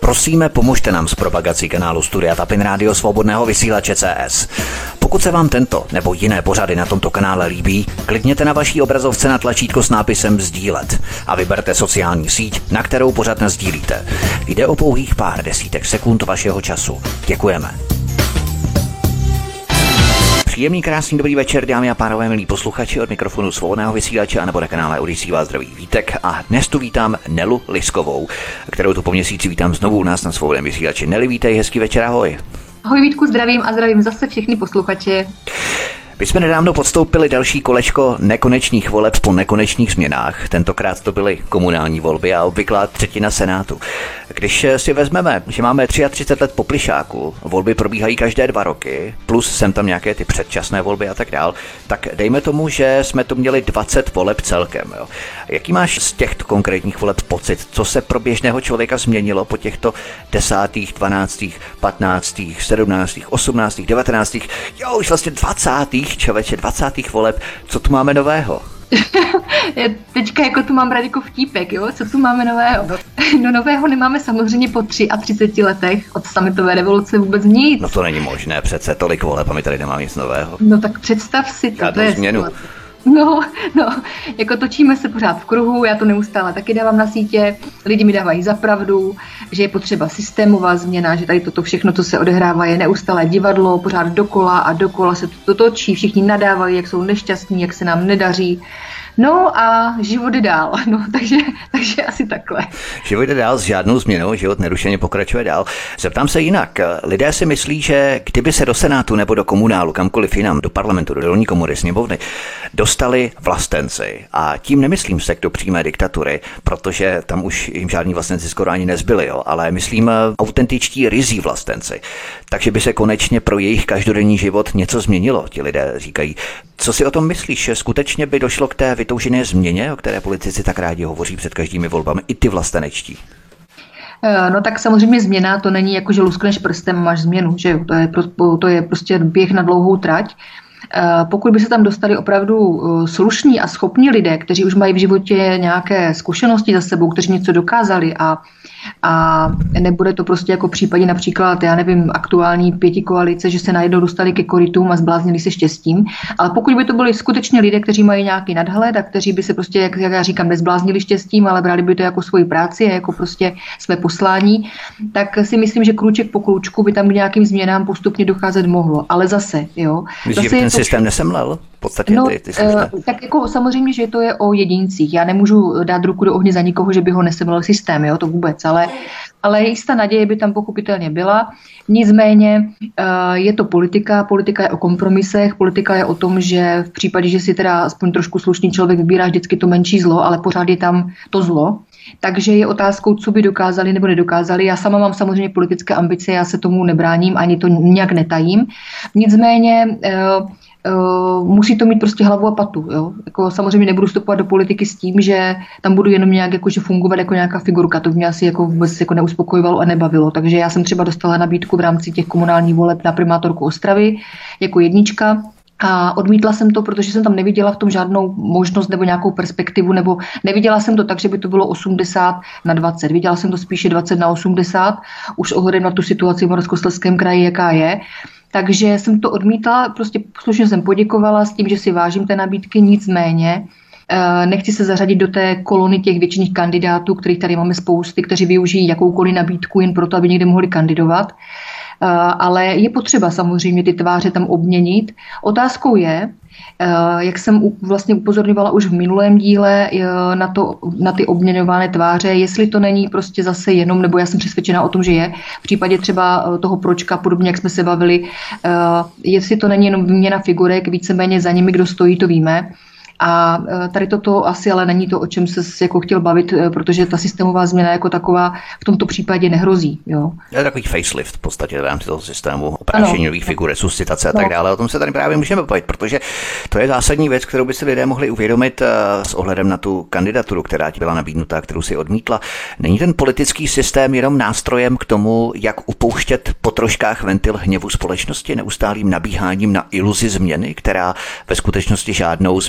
Prosíme, pomožte nám s propagací kanálu Studia Tapin Rádio Svobodného vysílače CS. Pokud se vám tento nebo jiné pořady na tomto kanále líbí, klikněte na vaší obrazovce na tlačítko s nápisem sdílet a vyberte sociální síť, na kterou pořad nasdílíte. Jde o pouhých pár desítek sekund vašeho času. Děkujeme. Příjemný, krásný, dobrý večer, dámy a pánové, milí posluchači, od mikrofonu Svobodného vysílače a nebo na kanále Odysee vás zdraví Vítek a dnes tu vítám Nelu Liskovou, kterou tu po měsíci vítám znovu u nás na Svobodném vysílači. Neli, vítej, hezký večer, ahoj. Ahoj Vítku, zdravím a zdravím zase všechny posluchače. My jsme nedávno podstoupili další kolečko nekonečných voleb po nekonečných změnách. Tentokrát to byly komunální volby a obvyklá třetina Senátu. Když si vezmeme, že máme 33 let po plišáku, volby probíhají každé 2 roky, plus sem tam nějaké ty předčasné volby a tak dál, tak dejme tomu, že jsme tu měli 20 voleb celkem. Jo. Jaký máš z těchto konkrétních voleb pocit? Co se pro běžného člověka změnilo po těchto 10., 12., 15., 17., 18., 19., už vlastně 20. voleb, co tu máme nového? Teďka jako tu mám rád jako vtípek, jo? Co tu máme nového? No nového nemáme samozřejmě po 33 letech od sametové revoluce vůbec nic. No to není možné, přece tolik voleb a my tady nemáme nic nového. No tak představ si to, to je změnu. No, jako točíme se pořád v kruhu, já to neustále taky dávám na sítě, lidi mi dávají za pravdu, že je potřeba systémová změna, že tady toto všechno, co se odehrává, je neustále divadlo, pořád dokola a dokola se to točí, všichni nadávají, jak jsou nešťastní, jak se nám nedaří. No a život jde dál, takže asi takhle. Život jde dál s žádnou změnou, život nerušeně pokračuje dál. Zeptám se jinak, lidé si myslí, že kdyby se do Senátu nebo do komunálu, kamkoliv jinam, do parlamentu, do dolní komory, sněmovny, dostali vlastenci, a tím nemyslím sektu přímé diktatury, protože tam už jim žádní vlastenci skoro ani nezbyli, jo, ale myslím autentičtí ryzí vlastenci, takže by se konečně pro jejich každodenní život něco změnilo, ti lidé říkají. Co si o tom myslíš? Skutečně by došlo k té vytoužené změně, o které politici tak rádi hovoří před každými volbami, i ty vlastenečtí? No tak samozřejmě změna to není jako, že luskneš prstem a máš změnu, že jo? To je prostě běh na dlouhou trať. Pokud by se tam dostali opravdu slušní a schopní lidé, kteří už mají v životě nějaké zkušenosti za sebou, kteří něco dokázali a nebude to prostě jako v případě například, já nevím, aktuální pětikoalice, že se najednou dostali ke korytům a zbláznili se štěstím, ale pokud by to byli skutečně lidé, kteří mají nějaký nadhled a kteří by se prostě, jak já říkám, nezbláznili štěstím, ale brali by to jako svoji práci a jako prostě své poslání, tak si myslím, že krůček po krůčku by tam k nějakým změnám postupně docházet mohlo, ale zase, jo. Myslíš, že ten systém nesemlel? V podstatě ty tak jako samozřejmě, že to je o jedincích. Já nemůžu dát ruku do ohně za nikoho, že by ho nesemlel systém, jo, to vůbec, ale jistá naděje by tam pochopitelně byla. Nicméně je to politika je o kompromisech, politika je o tom, že v případě, že si teda aspoň trošku slušný člověk vybírá vždycky to menší zlo, ale pořád je tam to zlo. Takže je otázkou, co by dokázali nebo nedokázali. Já sama mám samozřejmě politické ambice, já se tomu nebráním, ani to nějak netajím. Nicméně musí to mít prostě hlavu a patu. Jo? Jako samozřejmě nebudu vstupovat do politiky s tím, že tam budu jenom nějak jakože fungovat jako nějaká figurka. To mě asi jako vůbec jako neuspokojovalo a nebavilo. Takže já jsem třeba dostala nabídku v rámci těch komunálních voleb na primátorku Ostravy jako jednička. A odmítla jsem to, protože jsem tam neviděla v tom žádnou možnost nebo nějakou perspektivu, nebo neviděla jsem to tak, že by to bylo 80/20. Viděla jsem to spíše 20/80, už ohledem na tu situaci v Moravskoslezském kraji, jaká je. Takže jsem to odmítla, prostě slušně jsem poděkovala s tím, že si vážím té nabídky, nicméně nechci se zařadit do té kolony těch většiných kandidátů, kterých tady máme spousty, kteří využijí jakoukoliv nabídku jen proto, aby někde mohli kandidovat. Ale je potřeba samozřejmě ty tváře tam obměnit. Otázkou je, jak jsem vlastně upozorňovala už v minulém díle na ty obměňované tváře, jestli to není prostě zase jenom, nebo já jsem přesvědčena o tom, že je, v případě třeba toho Pročka, podobně jak jsme se bavili, jestli to není jenom výměna figurek, víceméně za nimi, kdo stojí, to víme. A tady toto asi ale není to, o čem se jako chtěl bavit, protože ta systémová změna jako taková v tomto případě nehrozí. Jo. Je takový facelift v podstatě v rámci toho systému, oprášení nových figur, resuscitace a tak dále. O tom se tady právě můžeme bavit, protože to je zásadní věc, kterou by si lidé mohli uvědomit s ohledem na tu kandidaturu, která ti byla nabídnuta, kterou si odmítla. Není ten politický systém jenom nástrojem k tomu, jak upouštět po troškách ventil hněvu společnosti, neustálým nabíháním na iluzi změny, která ve skutečnosti žádnou změnou není?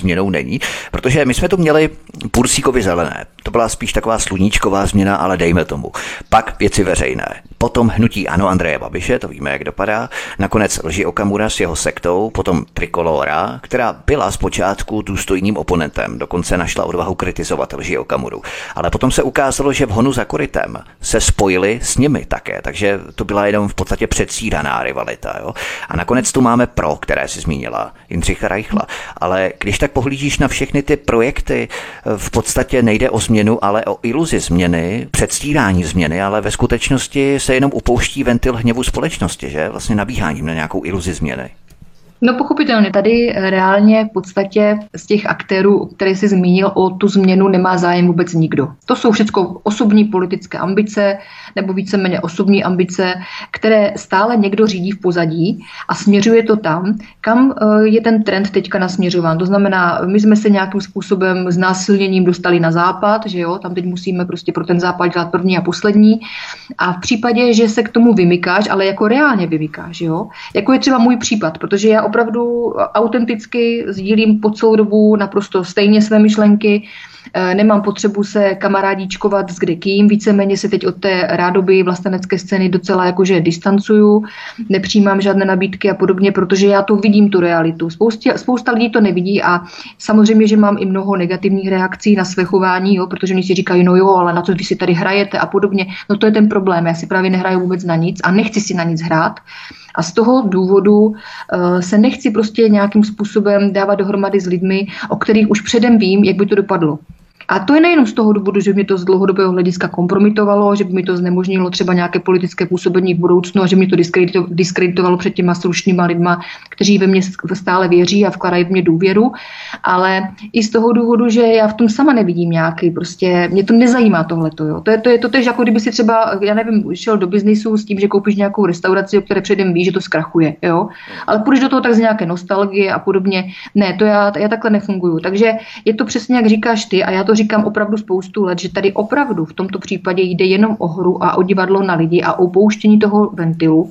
není, protože my jsme tu měli Bursíkovi zelené. To byla spíš taková sluníčková změna, ale dejme tomu. Pak věci veřejné. Potom hnutí ANO Andreje Babiše, to víme, jak dopadá. Nakonec lži Okamura s jeho sektou, potom Trikolóra, která byla zpočátku důstojným oponentem, dokonce našla odvahu kritizovat lži Okamuru. Ale potom se ukázalo, že v honu za korytem se spojili s nimi také, takže to byla jenom v podstatě předstíraná rivalita. Jo? A nakonec tu máme pro, které si zmínila, Jindřicha Reichla. Ale když tak pohlížíš na všechny ty projekty, v podstatě nejde o změnu, ale o iluzi změny, předstírání změny, ale ve skutečnosti se jenom upouští ventil hněvu společnosti, že? Vlastně nabíháním na nějakou iluzi změny. No pochopitelně, tady reálně v podstatě z těch aktérů, které jsi zmínil, o tu změnu nemá zájem vůbec nikdo. To jsou všechno osobní politické ambice nebo víceméně osobní ambice, které stále někdo řídí v pozadí a směřuje to tam, kam je ten trend teďka nasměřován. To znamená, my jsme se nějakým způsobem s násilněním dostali na západ, že jo, tam teď musíme prostě pro ten západ dělat první a poslední. A v případě, že se k tomu vymykáš, ale jako reálně vymykáš, jo, jako je třeba můj případ, protože já opravdu autenticky sdílím po celou dobu naprosto stejně své myšlenky, nemám potřebu se kamarádíčkovat s kdekým, víceméně se teď od té rádoby vlastenecké scény docela jakože distancuju, nepřijímám žádné nabídky a podobně, protože já to vidím, tu realitu. Spousta lidí to nevidí a samozřejmě, že mám i mnoho negativních reakcí na své chování, jo, protože oni si říkají, no jo, ale na co vy si tady hrajete a podobně. No to je ten problém, já si právě nehraju vůbec na nic a nechci si na nic hrát. A z toho důvodu se nechci prostě nějakým způsobem dávat dohromady s lidmi, o kterých už předem vím, jak by to dopadlo. A to je nejenom z toho důvodu, že mě to z dlouhodobého hlediska kompromitovalo, že by mi to znemožnilo třeba nějaké politické působení v budoucnu a že mi to diskreditovalo před těma slušnýma lidma, kteří ve mě stále věří a vkládají v mě důvěru, ale i z toho důvodu, že já v tom sama nevidím nějaký, prostě mě to nezajímá tohleto, jo. To je totéž, jako kdyby si třeba, já nevím, šel do biznisu s tím, že koupíš nějakou restauraci, o které předem víš, že to zkrachuje, jo. Ale půjdeš do toho tak z nějaké nostalgie a podobně. Ne, to já takhle nefunguju. Takže je to přesně, jak říkáš ty, a já to říkám opravdu spoustu let, že tady opravdu v tomto případě jde jenom o hru a o divadlo na lidi a o pouštění toho ventilu,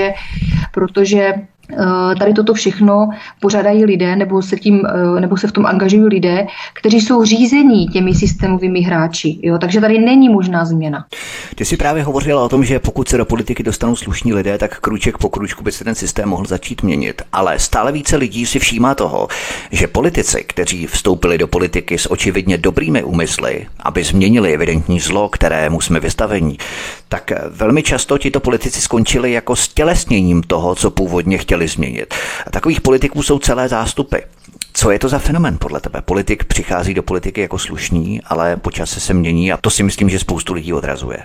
protože tady toto všechno pořádají lidé nebo se v tom angažují lidé, kteří jsou řízení těmi systémovými hráči. Jo? Takže tady není možná změna. Ty jsi právě hovořila o tom, že pokud se do politiky dostanou slušní lidé, tak kruček po kručku by se ten systém mohl začít měnit. Ale stále více lidí si všímá toho, že politici, kteří vstoupili do politiky s očividně dobrými úmysly, aby změnili evidentní zlo, kterému jsme vystaveni, tak velmi často tito politici skončili jako stělesněním toho, co původně chtěli změnit. Takových politiků jsou celé zástupy. Co je to za fenomén podle tebe? Politik přichází do politiky jako slušný, ale po čase se mění a to si myslím, že spoustu lidí odrazuje.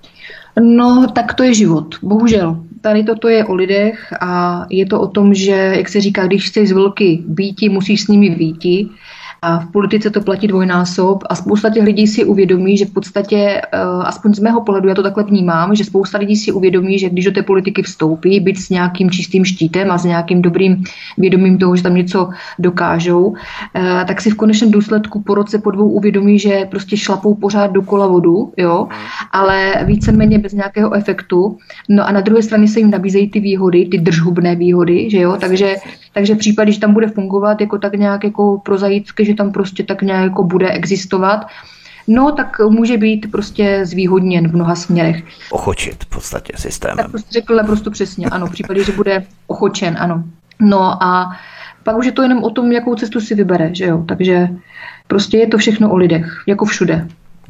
No, tak to je život. Bohužel. Tady toto je o lidech a je to o tom, že, jak se říká, když chceš z vlky býti, musíš s nimi býti. A v politice to platí dvojnásob a spousta těch lidí si uvědomí, že v podstatě, aspoň z mého pohledu, já to takhle vnímám, že spousta lidí si uvědomí, že když do té politiky vstoupí, být s nějakým čistým štítem a s nějakým dobrým vědomím toho, že tam něco dokážou, tak si v konečném důsledku po roce, po 2 uvědomí, že prostě šlapou pořád dokola vodu, jo, ale víceméně bez nějakého efektu. No a na druhé straně se jim nabízejí ty výhody, ty držhubné výhody, že jo, takže v případě, že tam bude fungovat jako tak nějak jako prozaicky, že tam prostě tak nějak jako bude existovat, no tak může být prostě zvýhodněn v mnoha směrech. Ochočit v podstatě systémem. Tak prostě řekl naprosto přesně, ano, v případě, že bude ochočen, ano. No a pak už je to jenom o tom, jakou cestu si vybere, že jo, takže prostě je to všechno o lidech, jako všude.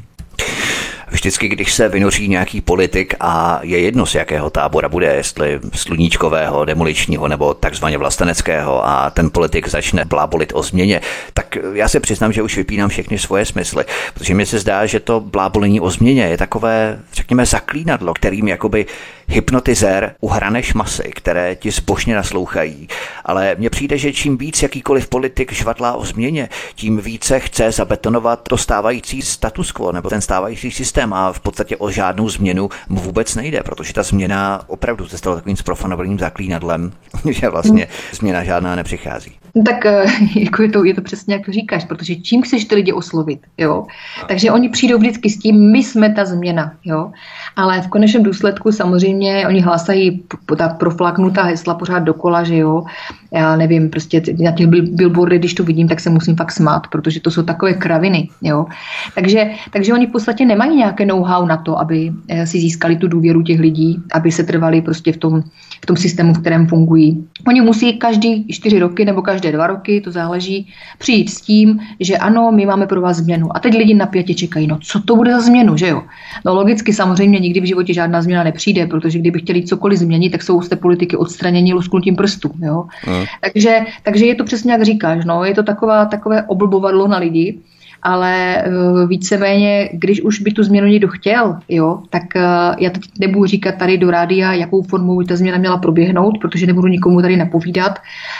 Vždycky, když se vynoří nějaký politik a je jedno z jakého tábora bude, jestli sluníčkového, demoličního nebo takzvaně vlasteneckého a ten politik začne blábolit o změně, tak já se přiznám, že už vypínám všechny svoje smysly, protože mi se zdá, že to blábolení o změně je takové, řekněme, zaklínadlo, kterým jakoby hypnotizér uhrané šmasy, které ti zbožně naslouchají. Ale mně přijde, že čím víc jakýkoliv politik žvatlá o změně, tím více chce zabetonovat to stávající status quo nebo ten stávající systém a v podstatě o žádnou změnu mu vůbec nejde, protože ta změna opravdu se stala takovým zprofanovaným zaklínadlem, že vlastně změna žádná nepřichází. Tak jako je to přesně, jak to říkáš, protože čím chceš ty lidi oslovit, jo? Takže oni přijdou vždycky s tím, my jsme ta změna, jo? Ale v konečném důsledku samozřejmě oni hlásají ta proflaknutá hesla pořád dokola, že jo. Já nevím, prostě na těch billboardech, když to vidím, tak se musím fakt smát, protože to jsou takové kraviny, jo. Takže oni v podstatě nemají nějaké know-how na to, aby si získali tu důvěru těch lidí, aby se trvali prostě v tom systému, v kterém fungují. Oni musí každý 4 roky nebo každé 2 roky, to záleží, přijít s tím, že ano, my máme pro vás změnu. A teď lidi napětě čekají, no co to bude za změnu, že jo? No logicky samozřejmě nikdy v životě žádná změna nepřijde, protože kdyby chtěli cokoliv změnit, tak jsou z té politiky odstraněni lusknutím prstů, jo? Takže je to přesně jak říkáš, no, je to takové oblbovadlo na lidi. Ale víceméně, když už by tu změnu někdo chtěl, jo, tak já teď nebudu říkat tady do rádia, jakou formou by ta změna měla proběhnout, protože nebudu nikomu tady napovídat.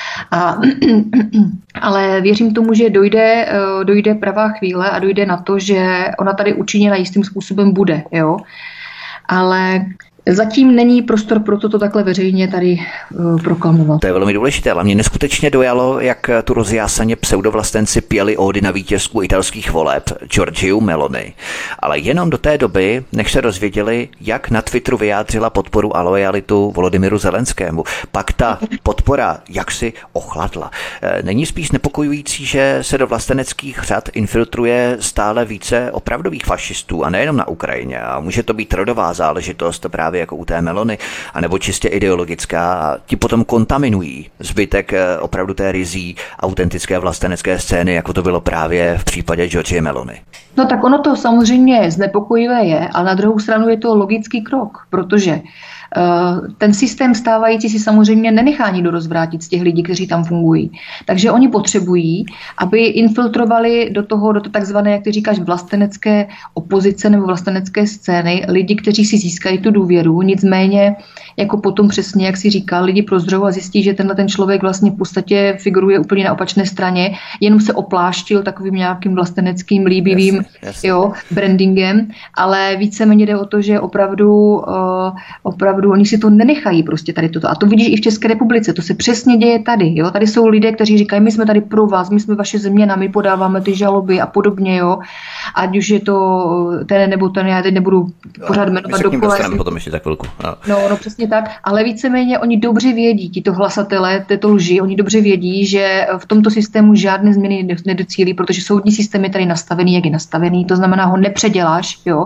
Ale věřím tomu, že dojde pravá chvíle a dojde na to, že ona tady učiněna jistým způsobem bude, jo. Ale zatím není prostor pro to takhle veřejně tady proklamovat. To je velmi důležité, ale mě neskutečně dojalo, jak tu rozjásaně pseudovlastenci pěli ódy na vítězku italských voleb Giorgiu Meloni. Ale jenom do té doby, než se dozvěděli, jak na Twitteru vyjádřila podporu a lojalitu Volodymyru Zelenskému. Pak ta podpora jaksi ochladla. Není spíš nepokojující, že se do vlasteneckých řad infiltruje stále více opravdových fašistů a nejenom na Ukrajině. A může to být rodová záležitost právě jako u té Melony, anebo čistě ideologická, a ti potom kontaminují zbytek opravdu té rizí autentické vlastenecké scény, jako to bylo právě v případě Giorgie Melony. No tak ono to samozřejmě znepokojivé je, ale na druhou stranu je to logický krok, protože ten systém stávající si samozřejmě nenechá nikdo rozvrátit z těch lidí, kteří tam fungují. Takže oni potřebují, aby infiltrovali do takzvané, jak ty říkáš, vlastenecké opozice nebo vlastenecké scény lidi, kteří si získají tu důvěru. Nicméně, jako potom přesně, jak si říkal, lidi prozřou a zjistí, že ten člověk vlastně v podstatě figuruje úplně na opačné straně, jenom se opláštil takovým nějakým vlasteneckým líbivým jasně. Jo, brandingem, ale víceméně jde o to, že opravdu oni si to nenechají prostě tady toto. A to vidíš i v České republice, to se přesně děje tady, jo. Tady jsou lidé, kteří říkají, my jsme tady pro vás, my jsme vaše změna, my podáváme ty žaloby a podobně, jo. Ať už je to ten nebo ten, já teď nebudu pořád jmenovat dokola. Potom ještě za chvilku. No, přesně tak, ale víceméně oni dobře vědí, tito hlasatelé této lži, oni dobře vědí, že v tomto systému žádné změny nedocílí, protože soudní systém je tady nastavený, jak je nastavený, to znamená, ho nepředěláš, jo.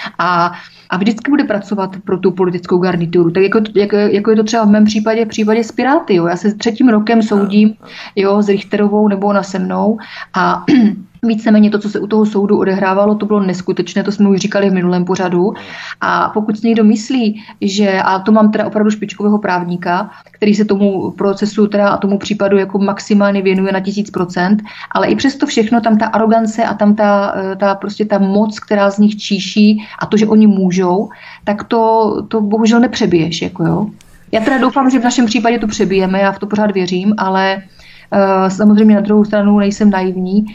A vždycky bude pracovat pro tu politickou garnituru. Tak jako je to třeba v mém případě s Piráty. Jo. Já se 3. rokem soudím, jo, s Richterovou nebo se mnou a víceméně to, co se u toho soudu odehrávalo, to bylo neskutečné, to jsme už říkali v minulém pořadu. A pokud si někdo myslí, že, a to mám teda opravdu špičkového právníka, který se tomu procesu teda a tomu případu jako maximálně věnuje na 1000%, ale i přesto všechno, tam ta arogance a tam ta prostě ta moc, která z nich číší a to, že oni můžou, tak to bohužel nepřebiješ, jako jo. Já teda doufám, že v našem případě to přebijeme, já v to pořád věřím, ale samozřejmě na druhou stranu nejsem naivní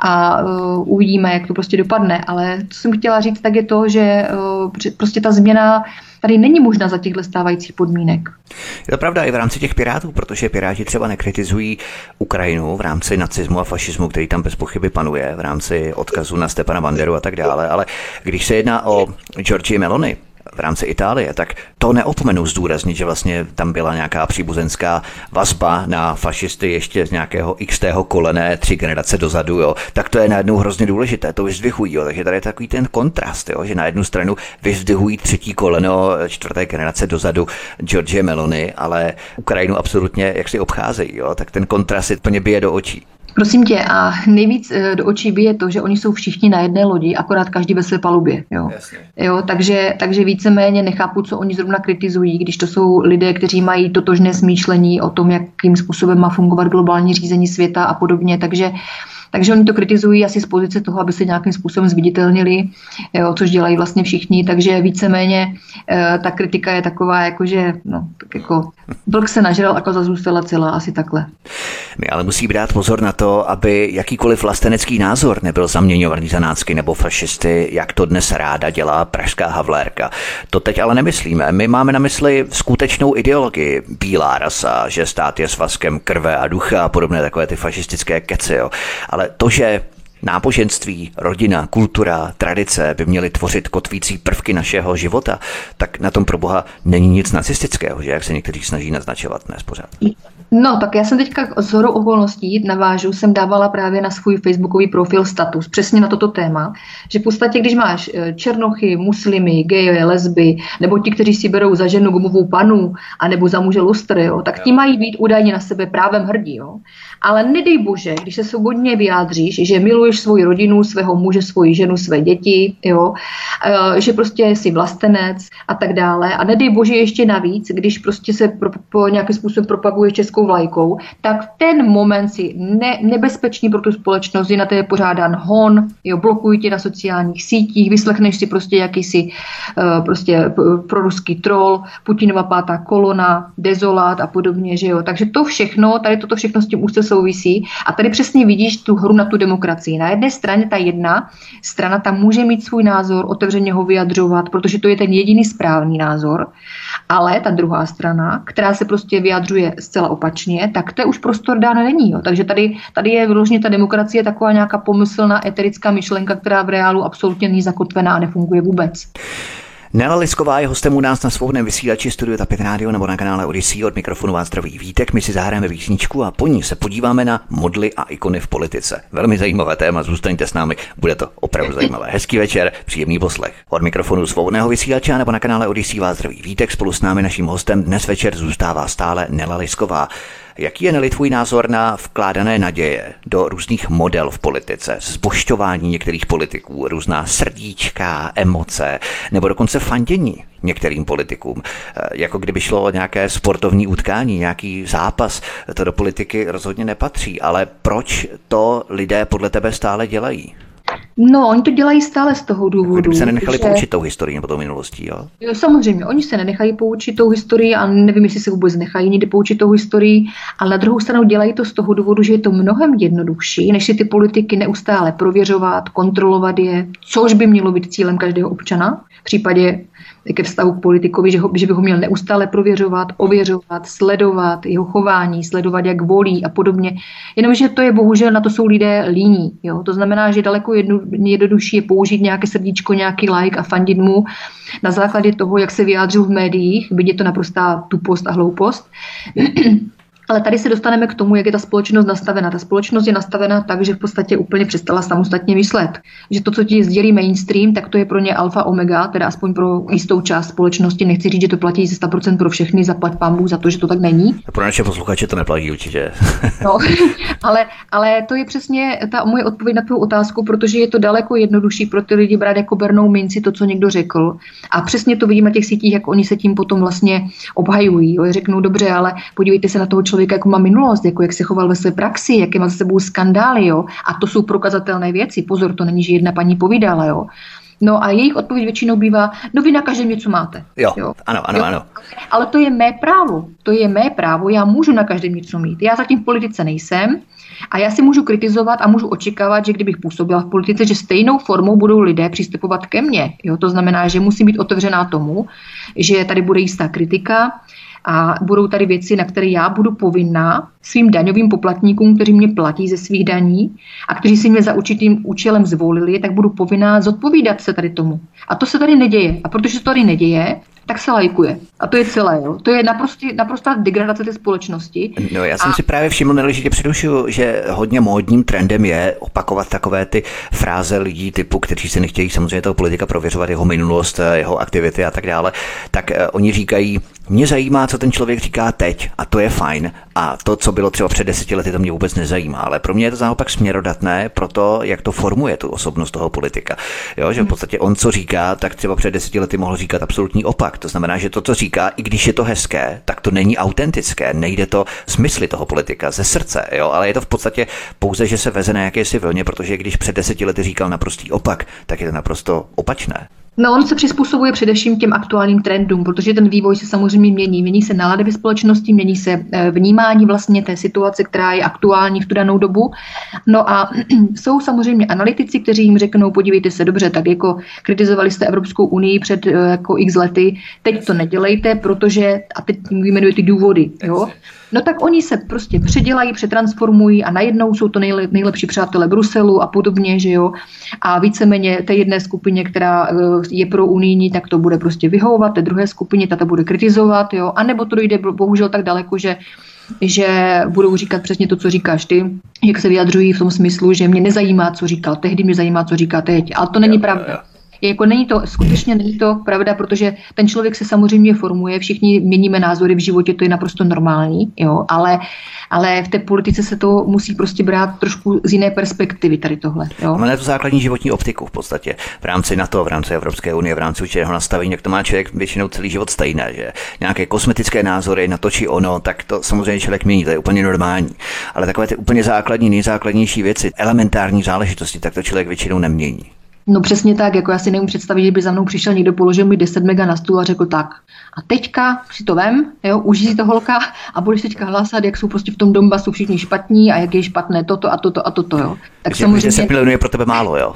a uvidíme, jak to prostě dopadne, ale co jsem chtěla říct, tak je to, že prostě ta změna tady není možná za těchto stávajících podmínek. Je to pravda i v rámci těch Pirátů, protože Piráti třeba nekritizují Ukrajinu v rámci nacismu a fašismu, který tam bez pochyby panuje, v rámci odkazu na Stepana Banderu a tak dále, ale když se jedná o Giorgii Meloni v rámci Itálie, tak to neopomenu zdůraznit, že vlastně tam byla nějaká příbuzenská vazba na fašisty ještě z nějakého xtého kolene 3 generace dozadu, jo. Tak to je najednou hrozně důležité, to vyzdvihují, jo. Takže tady je takový ten kontrast, jo, že na jednu stranu vyzdvihují 3. koleno 4. generace dozadu Giorgie Meloni, ale Ukrajinu absolutně jak si obcházejí, jo. Tak ten kontrast si plně bije do očí. Prosím tě, a nejvíc do očí bije to, že oni jsou všichni na jedné lodi, akorát každý ve své palubě. Jo. Jo, takže víceméně nechápu, co oni zrovna kritizují, když to jsou lidé, kteří mají totožné smýšlení o tom, jakým způsobem má fungovat globální řízení světa a podobně. Takže oni to kritizují asi z pozice toho, aby se nějakým způsobem zviditelnili, jo, což dělají vlastně všichni, takže víceméně ta kritika je taková, jakože, no, tak jako vlk se nažral, jako zazůstala celá, asi takhle. My ale musíme dát pozor na to, aby jakýkoliv vlastenecký názor nebyl zaměňovaný za nácky nebo fašisty, jak to dnes ráda dělá pražská Havlérka. To teď ale nemyslíme. My máme na mysli skutečnou ideologii, bílá rasa, že stát je svazkem krve a ducha a podobné takové ty fašistické keci, jo. Ale to, že náboženství, rodina, kultura, tradice by měly tvořit kotvící prvky našeho života, tak na tom pro boha není nic nacistického, že jak se někteří snaží naznačovat dnes pořád. No, tak já jsem teďka shodou okolností navážu, jsem dávala právě na svůj facebookový profil status, přesně na toto téma, že v podstatě, když máš černochy, muslimy, geje, lesby, nebo ti, kteří si berou za ženu gumovou panu, anebo za muže lustr, jo, tak ti mají být údajně na sebe právem hrdí. Jo. Ale nedej bože, když se svobodně vyjádříš, že miluješ svoji rodinu, svého muže, svoji ženu, své děti, jo, že prostě jsi vlastenec a tak dále. A nedej bože ještě navíc, když prostě se po nějakým způsobem propaguješ českou vlajkou, tak v ten moment si nebezpečný pro tu společnost, je na tebe pořádán hon, jo, blokují tě na sociálních sítích, vyslechneš si prostě jakýsi prostě proruský troll, Putinova pátá kolona, dezolát a podobně, že jo. Takže to všechno, tady toto všechno s tím úzce souvisí a tady přesně vidíš tu hru na tu demokracii. Na jedné straně ta jedna strana tam může mít svůj názor, otevřeně ho vyjadřovat, protože to je ten jediný správný názor, ale ta druhá strana, která se prostě vyjadřuje zcela opačně, tak to už prostor dán není. Jo. Takže tady je vyloženě ta demokracie taková nějaká pomyslná eterická myšlenka, která v reálu absolutně není zakotvená a nefunguje vůbec. Nela Lisková je hostem u nás na svobodném vysílači Studio Tapin Radio nebo na kanále Odyssey. Od mikrofonu vás zdraví Vítek. My si zahrajeme písničku a po ní se podíváme na modly a ikony v politice. Velmi zajímavé téma, zůstaňte s námi, bude to opravdu zajímavé. Hezký večer, příjemný poslech. Od mikrofonu svobodného vysílače nebo na kanále Odyssey vás zdraví Vítek. Spolu s námi naším hostem dnes večer zůstává stále Nela Lisková. Jaký je, Neli, tvůj názor na vkládané naděje do různých model v politice, zbožťování některých politiků, různá srdíčka, emoce, nebo dokonce fandění některým politikům? Jako kdyby šlo o nějaké sportovní utkání, nějaký zápas, to do politiky rozhodně nepatří, ale proč to lidé podle tebe stále dělají? No, oni to dělají stále z toho důvodu. Kdyby se nenechali poučit tou historií nebo tou minulostí, jo? Jo, samozřejmě, oni se nenechají poučit tou historií a nevím, jestli se vůbec nechají někdy poučit tou historií, ale na druhou stranu dělají to z toho důvodu, že je to mnohem jednodušší, než si ty politiky neustále prověřovat, kontrolovat je, což by mělo být cílem každého občana. V případě ke vztahu k politikovi, že by ho měl neustále prověřovat, ověřovat, sledovat jeho chování, sledovat, jak volí a podobně. Jenomže to je bohužel, na to jsou lidé líní. Jo? To znamená, že daleko jednodušší je použít nějaké srdíčko, nějaký like a fandit mu na základě toho, jak se vyjádřil v médiích, byť je to naprostá tupost a hloupost. Ale tady se dostaneme k tomu, jak je ta společnost nastavená. Ta společnost je nastavená tak, že v podstatě úplně přestala samostatně myslet. Že to, co ti sdělí mainstream, tak to je pro ně alfa omega, teda aspoň pro jistou část společnosti. Nechci říct, že to platí ze 100% pro všechny, zaplať pánbůh za to, že to tak není. Pro naše posluchače to neplatí určitě. No, ale to je přesně ta moje odpověď na tvou otázku, protože je to daleko jednodušší pro ty lidi brát jako bernou minci to, co někdo řekl. A přesně to vidím na těch sítích, jak oni se tím potom vlastně obhajují. Jo. Řeknou, dobře, ale podívejte se na toho člověka, jako má minulost, jako jak se choval ve své praxi, jaké má za sebou skandály, jo. A to jsou prokazatelné věci. Pozor, to není, že jedna paní povídala, jo. No a jejich odpověď většinou bývá, no vy na každém něco máte. Jo. Ano. Ale to je mé právo. To je mé právo, já můžu na každém něco mít. Já zatím v politice nejsem a já si můžu kritizovat a můžu očekávat, že kdybych působila v politice, že stejnou formou budou lidé přistupovat ke mně. Jo. To znamená, že musím být otevřená tomu, že tady bude jistá kritika, a budou tady věci, na které já budu povinná svým daňovým poplatníkům, kteří mě platí ze svých daní a kteří si mě za určitým účelem zvolili, tak budu povinná zodpovídat se tady tomu. A to se tady neděje. A protože se to tady neděje, tak se lajkuje. A to je celé. Jo. To je naprostá degradace té společnosti. No, já jsem si právě všiml, Neli, že tě přerušuju, že hodně módním trendem je opakovat takové ty fráze lidí typu, kteří se nechtějí samozřejmě toho politika prověřovat, jeho minulost, jeho aktivity a tak dále. Tak oni říkají, mě zajímá, co ten člověk říká teď a to je fajn. A to, co bylo třeba před 10 lety, to mě vůbec nezajímá. Ale pro mě je to naopak směrodatné pro to, jak to formuje tu osobnost toho politika. Jo, že v podstatě on, co říká, tak třeba před 10 lety mohl říkat absolutní opak. To znamená, že to, co říká, i když je to hezké, tak to není autentické, nejde to smysly toho politika ze srdce, jo, ale je to v podstatě pouze, že se veze na jakési vlně, protože když před 10 lety říkal naprostý opak, tak je to naprosto opačné. No, on se přizpůsobuje především těm aktuálním trendům, protože ten vývoj se samozřejmě mění. Mění se nálady ve společnosti, mění se vnímání vlastně té situace, která je aktuální v tu danou dobu. No a jsou samozřejmě analytici, kteří jim řeknou, podívejte se dobře, tak jako kritizovali jste Evropskou unii před jako x lety, teď to nedělejte, protože, a teď vyjmenuji ty důvody, jo. No tak oni se prostě předělají, přetransformují a najednou jsou to nejlepší přátelé Bruselu a podobně, že jo. A víceméně té jedné skupině, která je pro unijní, tak to bude prostě vyhovovat, té druhé skupině ta bude kritizovat, jo. A nebo to dojde bohužel tak daleko, že budou říkat přesně to, co říkáš ty, jak se vyjadřují v tom smyslu, že mě nezajímá, co říkal tehdy, mě zajímá, co říká teď. Ale to není pravda. Jako skutečně není to pravda, protože ten člověk se samozřejmě formuje, všichni měníme názory v životě, to je naprosto normální, jo, ale v té politice se to musí prostě brát trošku z jiné perspektivy tady tohle. Jo. Máme tu základní životní optiku v podstatě v rámci NATO, v rámci Evropské unie, v rámci určitého nastavení, jak to má člověk většinou celý život stejné, že nějaké kosmetické názory na to či ono, tak to samozřejmě člověk mění, to je úplně normální. Ale takové ty úplně základní, nejzákladnější věci, elementární záležitosti, tak to člověk většinou nemění. No přesně tak, jako já si neumím představit, že by za mnou přišel někdo, položil mi 10 mega na stůl a řekl tak. A teďka si to vem, jo, užij si to holka a budeš teďka hlásat, jak jsou prostě v tom Donbasu všichni špatní a jak je špatné toto a toto a toto, jo. Tak samozřejmě 10 milionů je pro tebe málo, jo.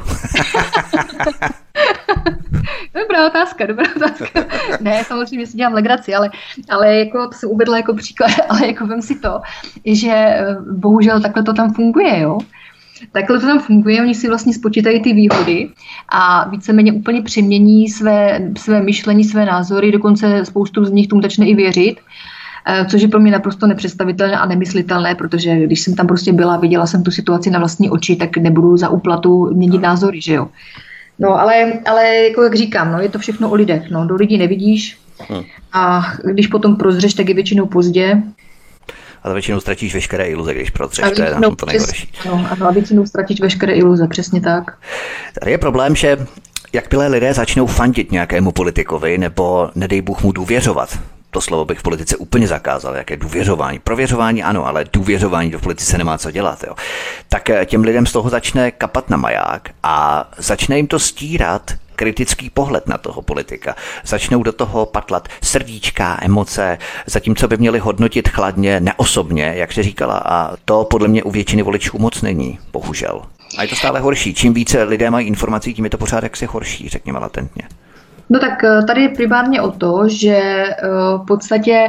Dobrá otázka. Ne, samozřejmě si dělám legraci, ale jako to jsem uvedla jako příklad, ale jako vem si to, že bohužel takhle to tam funguje, jo. Takhle to tam funguje, oni si vlastně spočítají ty výhody a víceméně úplně přemění své myšlení, své názory, dokonce spoustu z nich tomu začne i věřit, což je pro mě naprosto nepředstavitelné a nemyslitelné, protože když jsem tam prostě byla, viděla jsem tu situaci na vlastní oči, tak nebudu za úplatu měnit názory, že jo. No ale jako jak říkám, no, je to všechno o lidech, no, do lidí nevidíš a když potom prozřeš, tak je většinou pozdě. Ale většinou ztratíš veškeré iluze, když protřeš, to je na tom to nejhorší. Ano, a většinou ztratíš veškeré iluze, přesně tak. Tady je problém, že jakmile lidé začnou fandit nějakému politikovi, nebo nedej Bůh mu důvěřovat, to slovo bych v politice úplně zakázal, jaké důvěřování. Prověřování ano, ale důvěřování do politice nemá co dělat. Jo. Tak těm lidem z toho začne kapat na maják a začne jim to stírat kritický pohled na toho politika. Začnou do toho patlat srdíčka, emoce, zatímco by měli hodnotit chladně, neosobně, jak se říkala, a to podle mě u většiny voličů moc není, bohužel. A je to stále horší. Čím více lidé mají informací, tím je to pořád jaksi horší, řekněme latentně. No tak tady je primárně o to, že v podstatě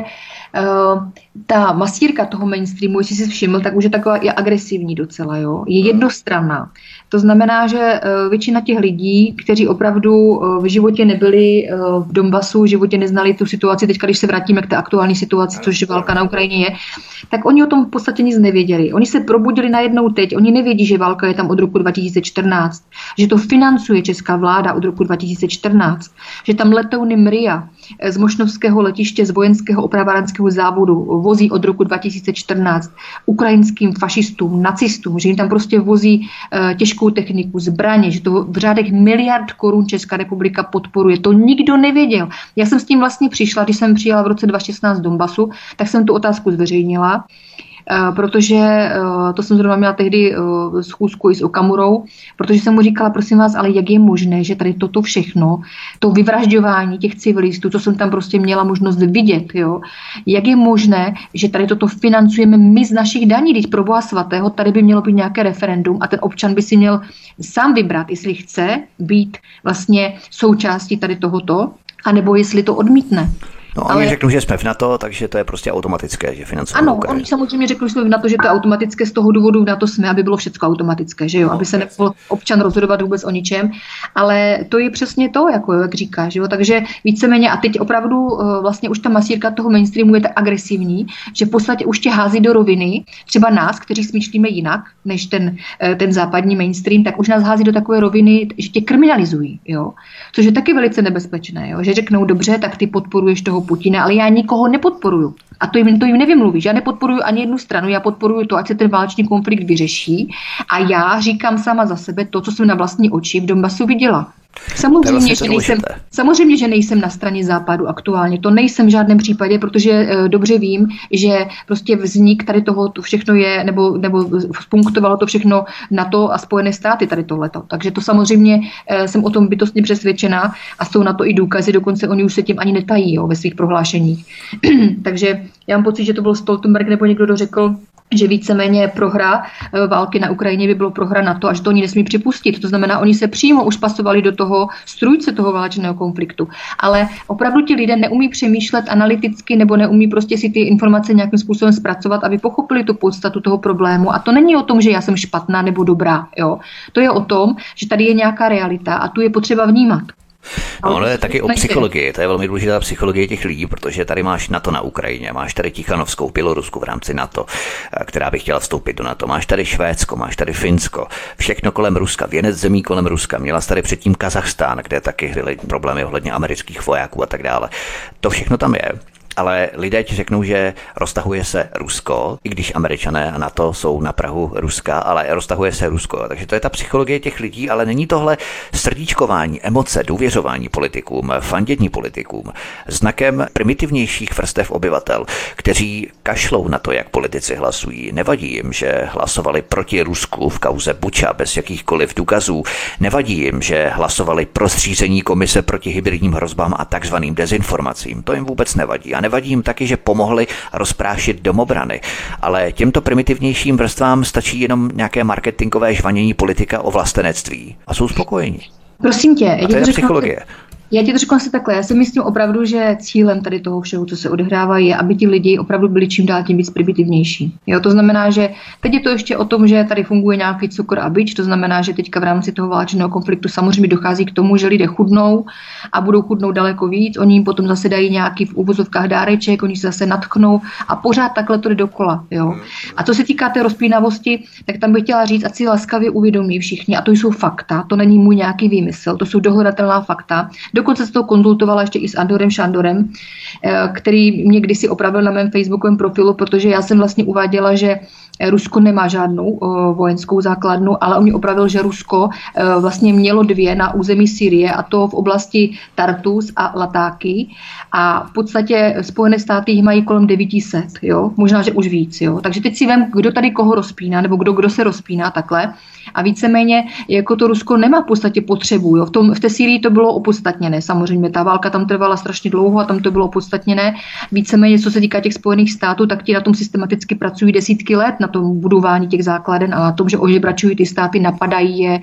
ta masírka toho mainstreamu, jestli jsi všiml, tak už je taková je agresivní docela, jo? Je jednostranná. To znamená, že většina těch lidí, kteří opravdu v životě nebyli v Donbasu, v životě neznali tu situaci, teďka když se vrátíme k té aktuální situaci, což válka na Ukrajině je, tak oni o tom v podstatě nic nevěděli. Oni se probudili najednou teď, oni nevědí, že válka je tam od roku 2014, že to financuje česká vláda od roku 2014, že tam letouny Mria z mošnovského letiště z vojenského opravárenského závodu vozí od roku 2014 ukrajinským fašistům, nacistům, že jim tam prostě vozí těžkou techniku, zbraně, že to v řádech miliard korun Česká republika podporuje. To nikdo nevěděl. Já jsem s tím vlastně přišla, když jsem přijela v roce 2016 z Donbasu, tak jsem tu otázku zveřejnila, protože to jsem zrovna měla tehdy schůzku i s Okamurou, protože jsem mu říkala, prosím vás, ale jak je možné, že tady toto všechno, to vyvražďování těch civilistů, co jsem tam prostě měla možnost vidět, jo, jak je možné, že tady toto financujeme my z našich daní, když pro Boha svatého, tady by mělo být nějaké referendum a ten občan by si měl sám vybrat, jestli chce být vlastně součástí tady tohoto, anebo jestli to odmítne. No a oni řeknou, že jsme v NATO, takže to je prostě automatické, že financujeme Ano, Ukrajinu. oni samozřejmě řekli, že jsme v NATO, že to je automatické, z toho důvodu v NATO jsme, aby bylo všechno automatické, že jo, aby se nemohl občan rozhodovat vůbec o ničem, ale to je přesně to, jako jak říkáš, jo, takže víceméně a teď opravdu vlastně už ta masírka toho mainstreamu je tak agresivní, že v podstatě už tě hází do roviny, třeba nás, kteří smýšlíme jinak než ten západní mainstream, tak už nás hází do takové roviny, že tě kriminalizují, jo, což je taky velice nebezpečné, jo, že řeknou dobře, tak ty podporuješ toho Putina, ale já nikoho nepodporuju. A to jim nevymluvíš. Já nepodporuju ani jednu stranu, já podporuju to, ať se ten válečný konflikt vyřeší. A já říkám sama za sebe to, co jsem na vlastní oči v Donbasu viděla. Samozřejmě, že nejsem na straně západu aktuálně. To nejsem v žádném případě, protože dobře vím, že prostě vznik tady toho to všechno je, nebo spunktovalo to všechno NATO a Spojené státy tady tohleto. Takže to samozřejmě jsem o tom bytostně přesvědčená a jsou na to i důkazy, dokonce oni už se tím ani netají, jo, ve svých prohlášeních. Takže já mám pocit, že to byl Stoltenberg nebo někdo, kdo řekl, že víceméně prohra války na Ukrajině by bylo prohra NATO a že to oni nesmí připustit. To znamená, oni se přímo už pasovali do toho strůjce toho válečného konfliktu. Ale opravdu ti lidé neumí přemýšlet analyticky nebo neumí prostě si ty informace nějakým způsobem zpracovat, aby pochopili tu podstatu toho problému. A to není o tom, že já jsem špatná nebo dobrá. Jo? To je o tom, že tady je nějaká realita a tu je potřeba vnímat. No, ale je taky o psychologii, to je velmi důležitá psychologie těch lidí, protože tady máš NATO na Ukrajině, máš tady Tichanovskou Bělorusku v rámci NATO, která by chtěla vstoupit do NATO, máš tady Švédsko, máš tady Finsko, všechno kolem Ruska, věnec zemí kolem Ruska, měla jsi tady předtím Kazachstán, kde taky byly problémy ohledně amerických vojáků a tak dále. To všechno tam je. Ale lidé ti řeknou, že roztahuje se Rusko, i když Američané a NATO jsou na prahu Ruska, ale roztahuje se Rusko. Takže to je ta psychologie těch lidí, ale není tohle srdíčkování, emoce, důvěřování politikům, fandění politikům, znakem primitivnějších vrstev obyvatel, kteří kašlou na to, jak politici hlasují. Nevadí jim, že hlasovali proti Rusku v kauze Buča bez jakýchkoliv důkazů. Nevadí jim, že hlasovali pro zřízení komise proti hybridním hrozbám a takzvaným dezinformacím. To jim vůbec nevadí. A nevadí jim taky, že pomohli rozprášit domobrany, ale těmto primitivnějším vrstvám stačí jenom nějaké marketingové žvanění politika o vlastenectví a jsou spokojení. Prosím tě, a to je psychologie. Já ti to řeknu asi takhle. Já si myslím opravdu, že cílem tady toho všeho, co se odehrává, je, aby ti lidi opravdu byli čím dál tím víc primitivnější. Jo, to znamená, že teď je to ještě o tom, že tady funguje nějaký cukr a bič, to znamená, že teďka v rámci toho válečného konfliktu samozřejmě dochází k tomu, že lidé chudnou a budou chudnout daleko víc, oni jim potom zase dají nějaký v uvozovkách dáreček, oni se zase natknou a pořád takhle to jde dokola. Jo. A co se týká té rozpínavosti, tak tam bych chtěla říct, ať si laskavě uvědomí všichni, a to jsou fakta, to není můj nějaký výmysl, to jsou dohledatelná fakta. Dokonce se to konzultovala ještě i s Andorem Šandorem, který mě kdysi opravil na mém facebookovém profilu, protože já jsem vlastně uváděla, že Rusko nemá žádnou vojenskou základnu, ale on mi opravil, že Rusko vlastně mělo 2 na území Sýrie, a to v oblasti Tartus a Latáky. A v podstatě Spojené státy jich mají kolem 900, jo? Možná, že už víc. Jo? Takže teď si vem, kdo tady koho rozpíná, nebo kdo se rozpíná takhle. A víceméně jako to Rusko nemá v podstatě potřebu. Jo? V té Sýrii to bylo opodstatněné. Samozřejmě ta válka tam trvala strašně dlouho a tam to bylo opodstatněné. Víceméně, co se týká těch Spojených států, tak ti na tom systematicky pracují desítky let, na tom budování těch základen a na tom, že ožebračují ty státy, napadají je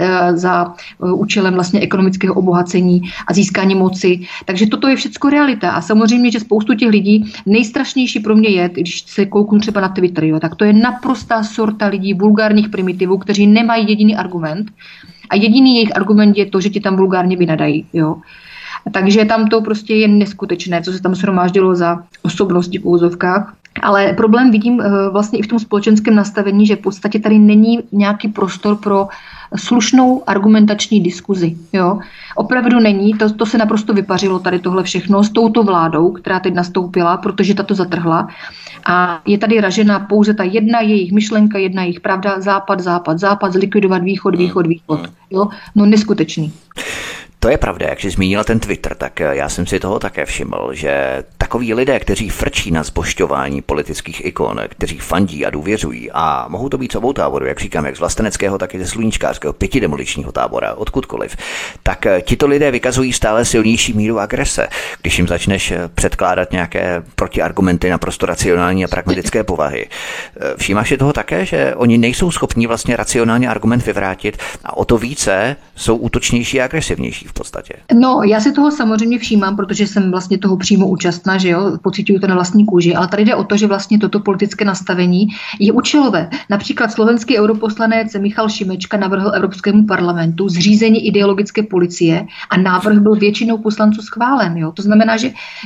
za účelem vlastně ekonomického obohacení a získání moci. Takže toto je všecko realita. A samozřejmě, že spoustu těch lidí, nejstrašnější pro mě je, když se kouknu třeba na Twitter, jo, tak to je naprostá sorta lidí, vulgárních primitivů, kteří nemají jediný argument. A jediný jejich argument je to, že ti tam vulgárně vynadají. Jo. Takže tam to prostě je neskutečné, co se tam shromáždilo za osobnosti v úvozovkách. Ale problém vidím vlastně i v tom společenském nastavení, že v podstatě tady není nějaký prostor pro slušnou argumentační diskuzi. Jo? Opravdu není, to se naprosto vypařilo tady tohle všechno s touto vládou, která teď nastoupila, protože ta to zatrhla. A je tady ražena pouze ta jedna jejich myšlenka, jedna jejich pravda, západ, zlikvidovat východ. Jo? No neskutečný. To je pravda, jak jsi zmínila ten Twitter, tak já jsem si toho také všiml, že takoví lidé, kteří frčí na zbožťování politických ikon, kteří fandí a důvěřují, a mohou to být z obou táborů, jak říkám, jak z vlasteneckého, tak i ze sluníčkářského, 5demoličního tábora, odkudkoliv, tak tito lidé vykazují stále silnější míru agrese. Když jim začneš předkládat nějaké protiargumenty naprosto racionální a pragmatické povahy. Všímáš si toho také, že oni nejsou schopni vlastně racionálně argument vyvrátit a o to více jsou útočnější a agresivnější v podstatě. No, já si toho samozřejmě všímám, protože jsem vlastně toho přímo účastná, že jo, pociťuju to na vlastní kůži, ale tady jde o to, že vlastně toto politické nastavení je účelové. Například slovenský europoslanec Michal Šimečka navrhl Evropskému parlamentu zřízení ideologické policie a návrh byl většinou poslanců schválen, jo. To znamená,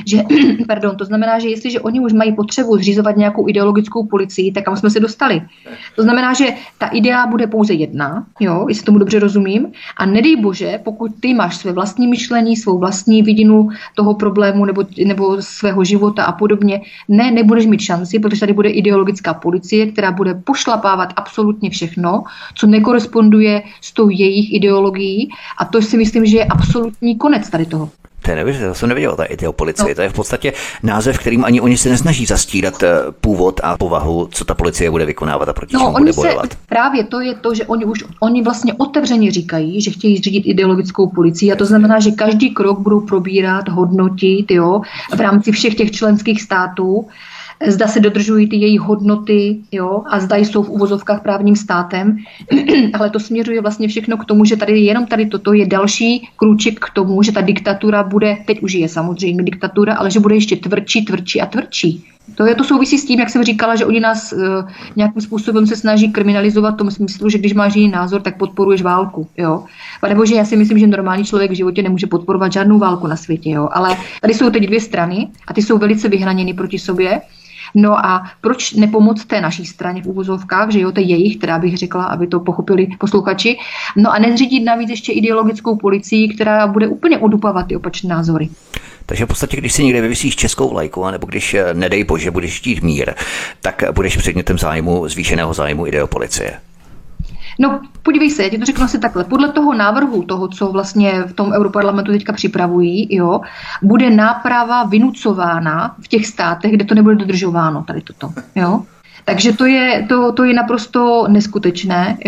že jestliže oni už mají potřebu zřizovat nějakou ideologickou policii, tak kam jsme se dostali. To znamená, že ta idea bude pouze jedna, jo, jestli tomu dobře rozumím, a nedej bože, pokud ty máš své vlastní myšlení, svou vlastní vidinu toho problému nebo svého života a podobně, nebudeš mít šanci, protože tady bude ideologická policie, která bude pošlapávat absolutně všechno, co nekoresponduje s tou jejich ideologií, a to si myslím, že je absolutní konec tady toho. To je neuvěřitelné, to jsem nevěděl, ta ideopolicie. No. To je v podstatě název, kterým ani oni se nesnaží zastírat původ a povahu, co ta policie bude vykonávat a proti čemu bude bojovat. Právě to je to, že oni vlastně otevřeně říkají, že chtějí zřídit ideologickou policii, a to znamená, že každý krok budou probírat, hodnotit, v rámci všech těch členských států. Zda se dodržují ty jejich hodnoty, a zda jsou v uvozovkách právním státem, ale to směřuje vlastně všechno k tomu, že jenom tady toto je další krůček k tomu, že ta diktatura bude, teď už je samozřejmě diktatura, ale že bude ještě tvrdší a tvrdší. To souvisí s tím, jak jsem říkala, že oni nás nějakým způsobem se snaží kriminalizovat v tom smyslu, že když máš jiný názor, tak podporuješ válku. Nebo že já si myslím, že normální člověk v životě nemůže podporovat žádnou válku na světě. Ale tady jsou teď dvě strany a ty jsou velice vyhraněny proti sobě. No a proč nepomoct té naší straně v uvozovkách, že to je jejich, která bych řekla, aby to pochopili posluchači, no a nezřídit navíc ještě ideologickou policii, která bude úplně odupávat ty opačné názory. Takže v podstatě, když si někde vyvisíš českou vlajku, anebo když, nedej bože, budeš chtít mír, tak budeš předmětem zvýšeného zájmu ideopolicie. No, podívej se, já ti to řeknu asi takhle. Podle toho návrhu, co vlastně v tom Europarlamentu teďka připravují, bude náprava vynucována v těch státech, kde to nebude dodržováno, tady toto, Takže to je naprosto neskutečné,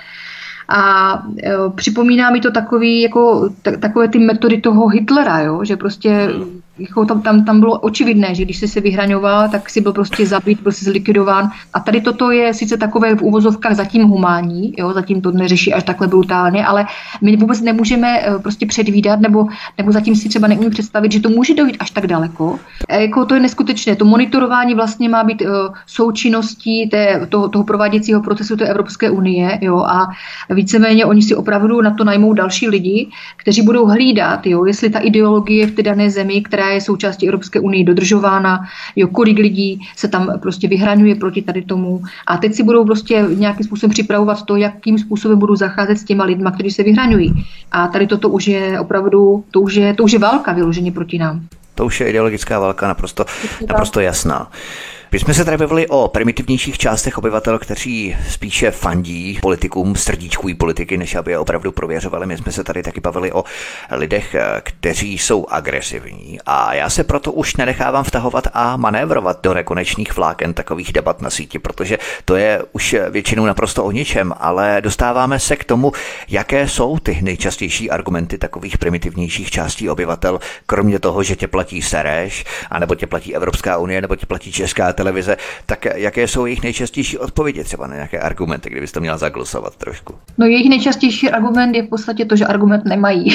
A připomíná mi to takové ty metody toho Hitlera, že prostě tam bylo očividné, že když jsi se vyhraňoval, tak si byl prostě zabit, byl si zlikvidován. A tady toto je sice takové v úvozovkách zatím humánní, zatím to neřeší až takhle brutálně, ale my vůbec nemůžeme prostě předvídat, nebo zatím si třeba neumím představit, že to může dojít až tak daleko. To je neskutečné. To monitorování vlastně má být součinností toho prováděcího procesu té Evropské unie, a víceméně oni si opravdu na to najmou další lidi, kteří budou hlídat, jestli ta ideologie v té dané zemi, která je součástí Evropské unie, dodržována, kolik lidí se tam prostě vyhraňuje proti tady tomu. A teď si budou prostě nějakým způsobem připravovat to, jakým způsobem budou zacházet s těma lidma, kteří se vyhraňují. A tady toto už je opravdu, to už je válka vyloženě proti nám. To už je ideologická válka naprosto jasná. My jsme se tady bavili o primitivnějších částech obyvatel, kteří spíše fandí politikům, srdíčkují politiky, než aby je opravdu prověřovali. My jsme se tady taky bavili o lidech, kteří jsou agresivní. A já se proto už nenechávám vtahovat a manévrovat do nekonečných vláken takových debat na síti, protože to je už většinou naprosto o ničem, ale dostáváme se k tomu, jaké jsou ty nejčastější argumenty takových primitivnějších částí obyvatel, kromě toho, že tě platí Sereš, anebo tě platí Evropská unie, nebo tě platí Česká televize, tak jaké jsou jejich nejčastější odpovědi třeba na nějaké argumenty, kdybys to měla zaglosovat trošku? No jejich nejčastější argument je v podstatě to, že argument nemají.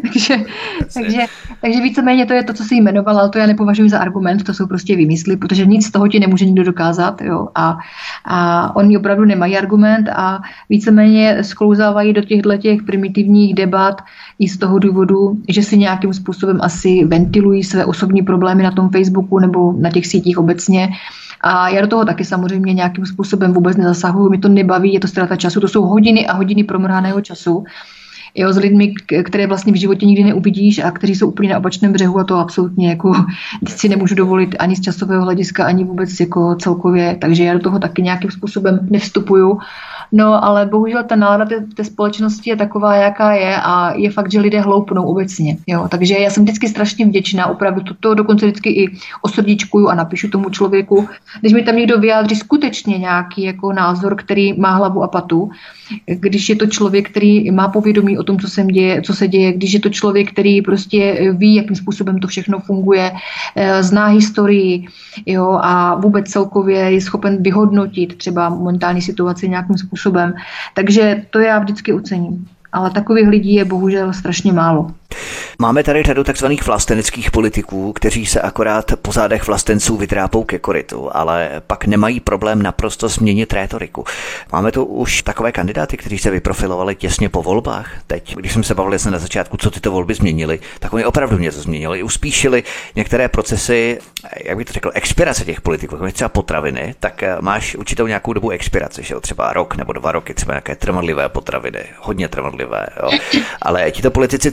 takže víceméně to je to, co jsi jmenovala, ale to já nepovažuji za argument, to jsou prostě výmysly, protože nic z toho ti nemůže nikdo dokázat, a oni opravdu nemají argument a víceméně sklouzávají do těch primitivních debat i z toho důvodu, že si nějakým způsobem asi ventilují své osobní problémy na tom Facebooku nebo na těch sítích obecně. A já do toho taky samozřejmě nějakým způsobem vůbec nezasahuju, mě to nebaví, je to ztráta času, to jsou hodiny a hodiny promrhaného času. S lidmi, které vlastně v životě nikdy neuvidíš a kteří jsou úplně na opačném břehu, a to absolutně si nemůžu dovolit ani z časového hlediska, ani vůbec celkově, takže já do toho taky nějakým způsobem nevstupuju. No, ale bohužel ta nálada té společnosti je taková, jaká je, a je fakt, že lidé hloupnou obecně. Takže já jsem vždycky strašně vděčná, opravdu to dokonce vždycky i osrdíčkuju a napíšu tomu člověku, když mi tam někdo vyjádří skutečně nějaký názor, který má hlavu a patu, když je to člověk, který má povědomí o tom, co se děje, když je to člověk, který prostě ví, jakým způsobem to všechno funguje, zná historii, a vůbec celkově je schopen vyhodnotit třeba momentální situaci nějakým způsobem. Takže to já vždycky ocením. Ale takových lidí je bohužel strašně málo. Máme tady řadu takzvaných vlasteneckých politiků, kteří se akorát po zádech vlastenců vytrápou ke korytu, ale pak nemají problém naprosto změnit rétoriku. Máme tu už takové kandidáty, kteří se vyprofilovali těsně po volbách. Teď, když jsme se bavili na začátku, co tyto volby změnily, tak oni opravdu něco změnili. Uspíšili některé procesy, jak bych to řekl, expirace těch politiků, jako třeba potraviny, tak máš určitou nějakou dobu expirace, že jo? Třeba rok nebo 2 roky, třeba nějaké trvanlivé potraviny, hodně trvanlivé, jo? Ale tito politici třeba už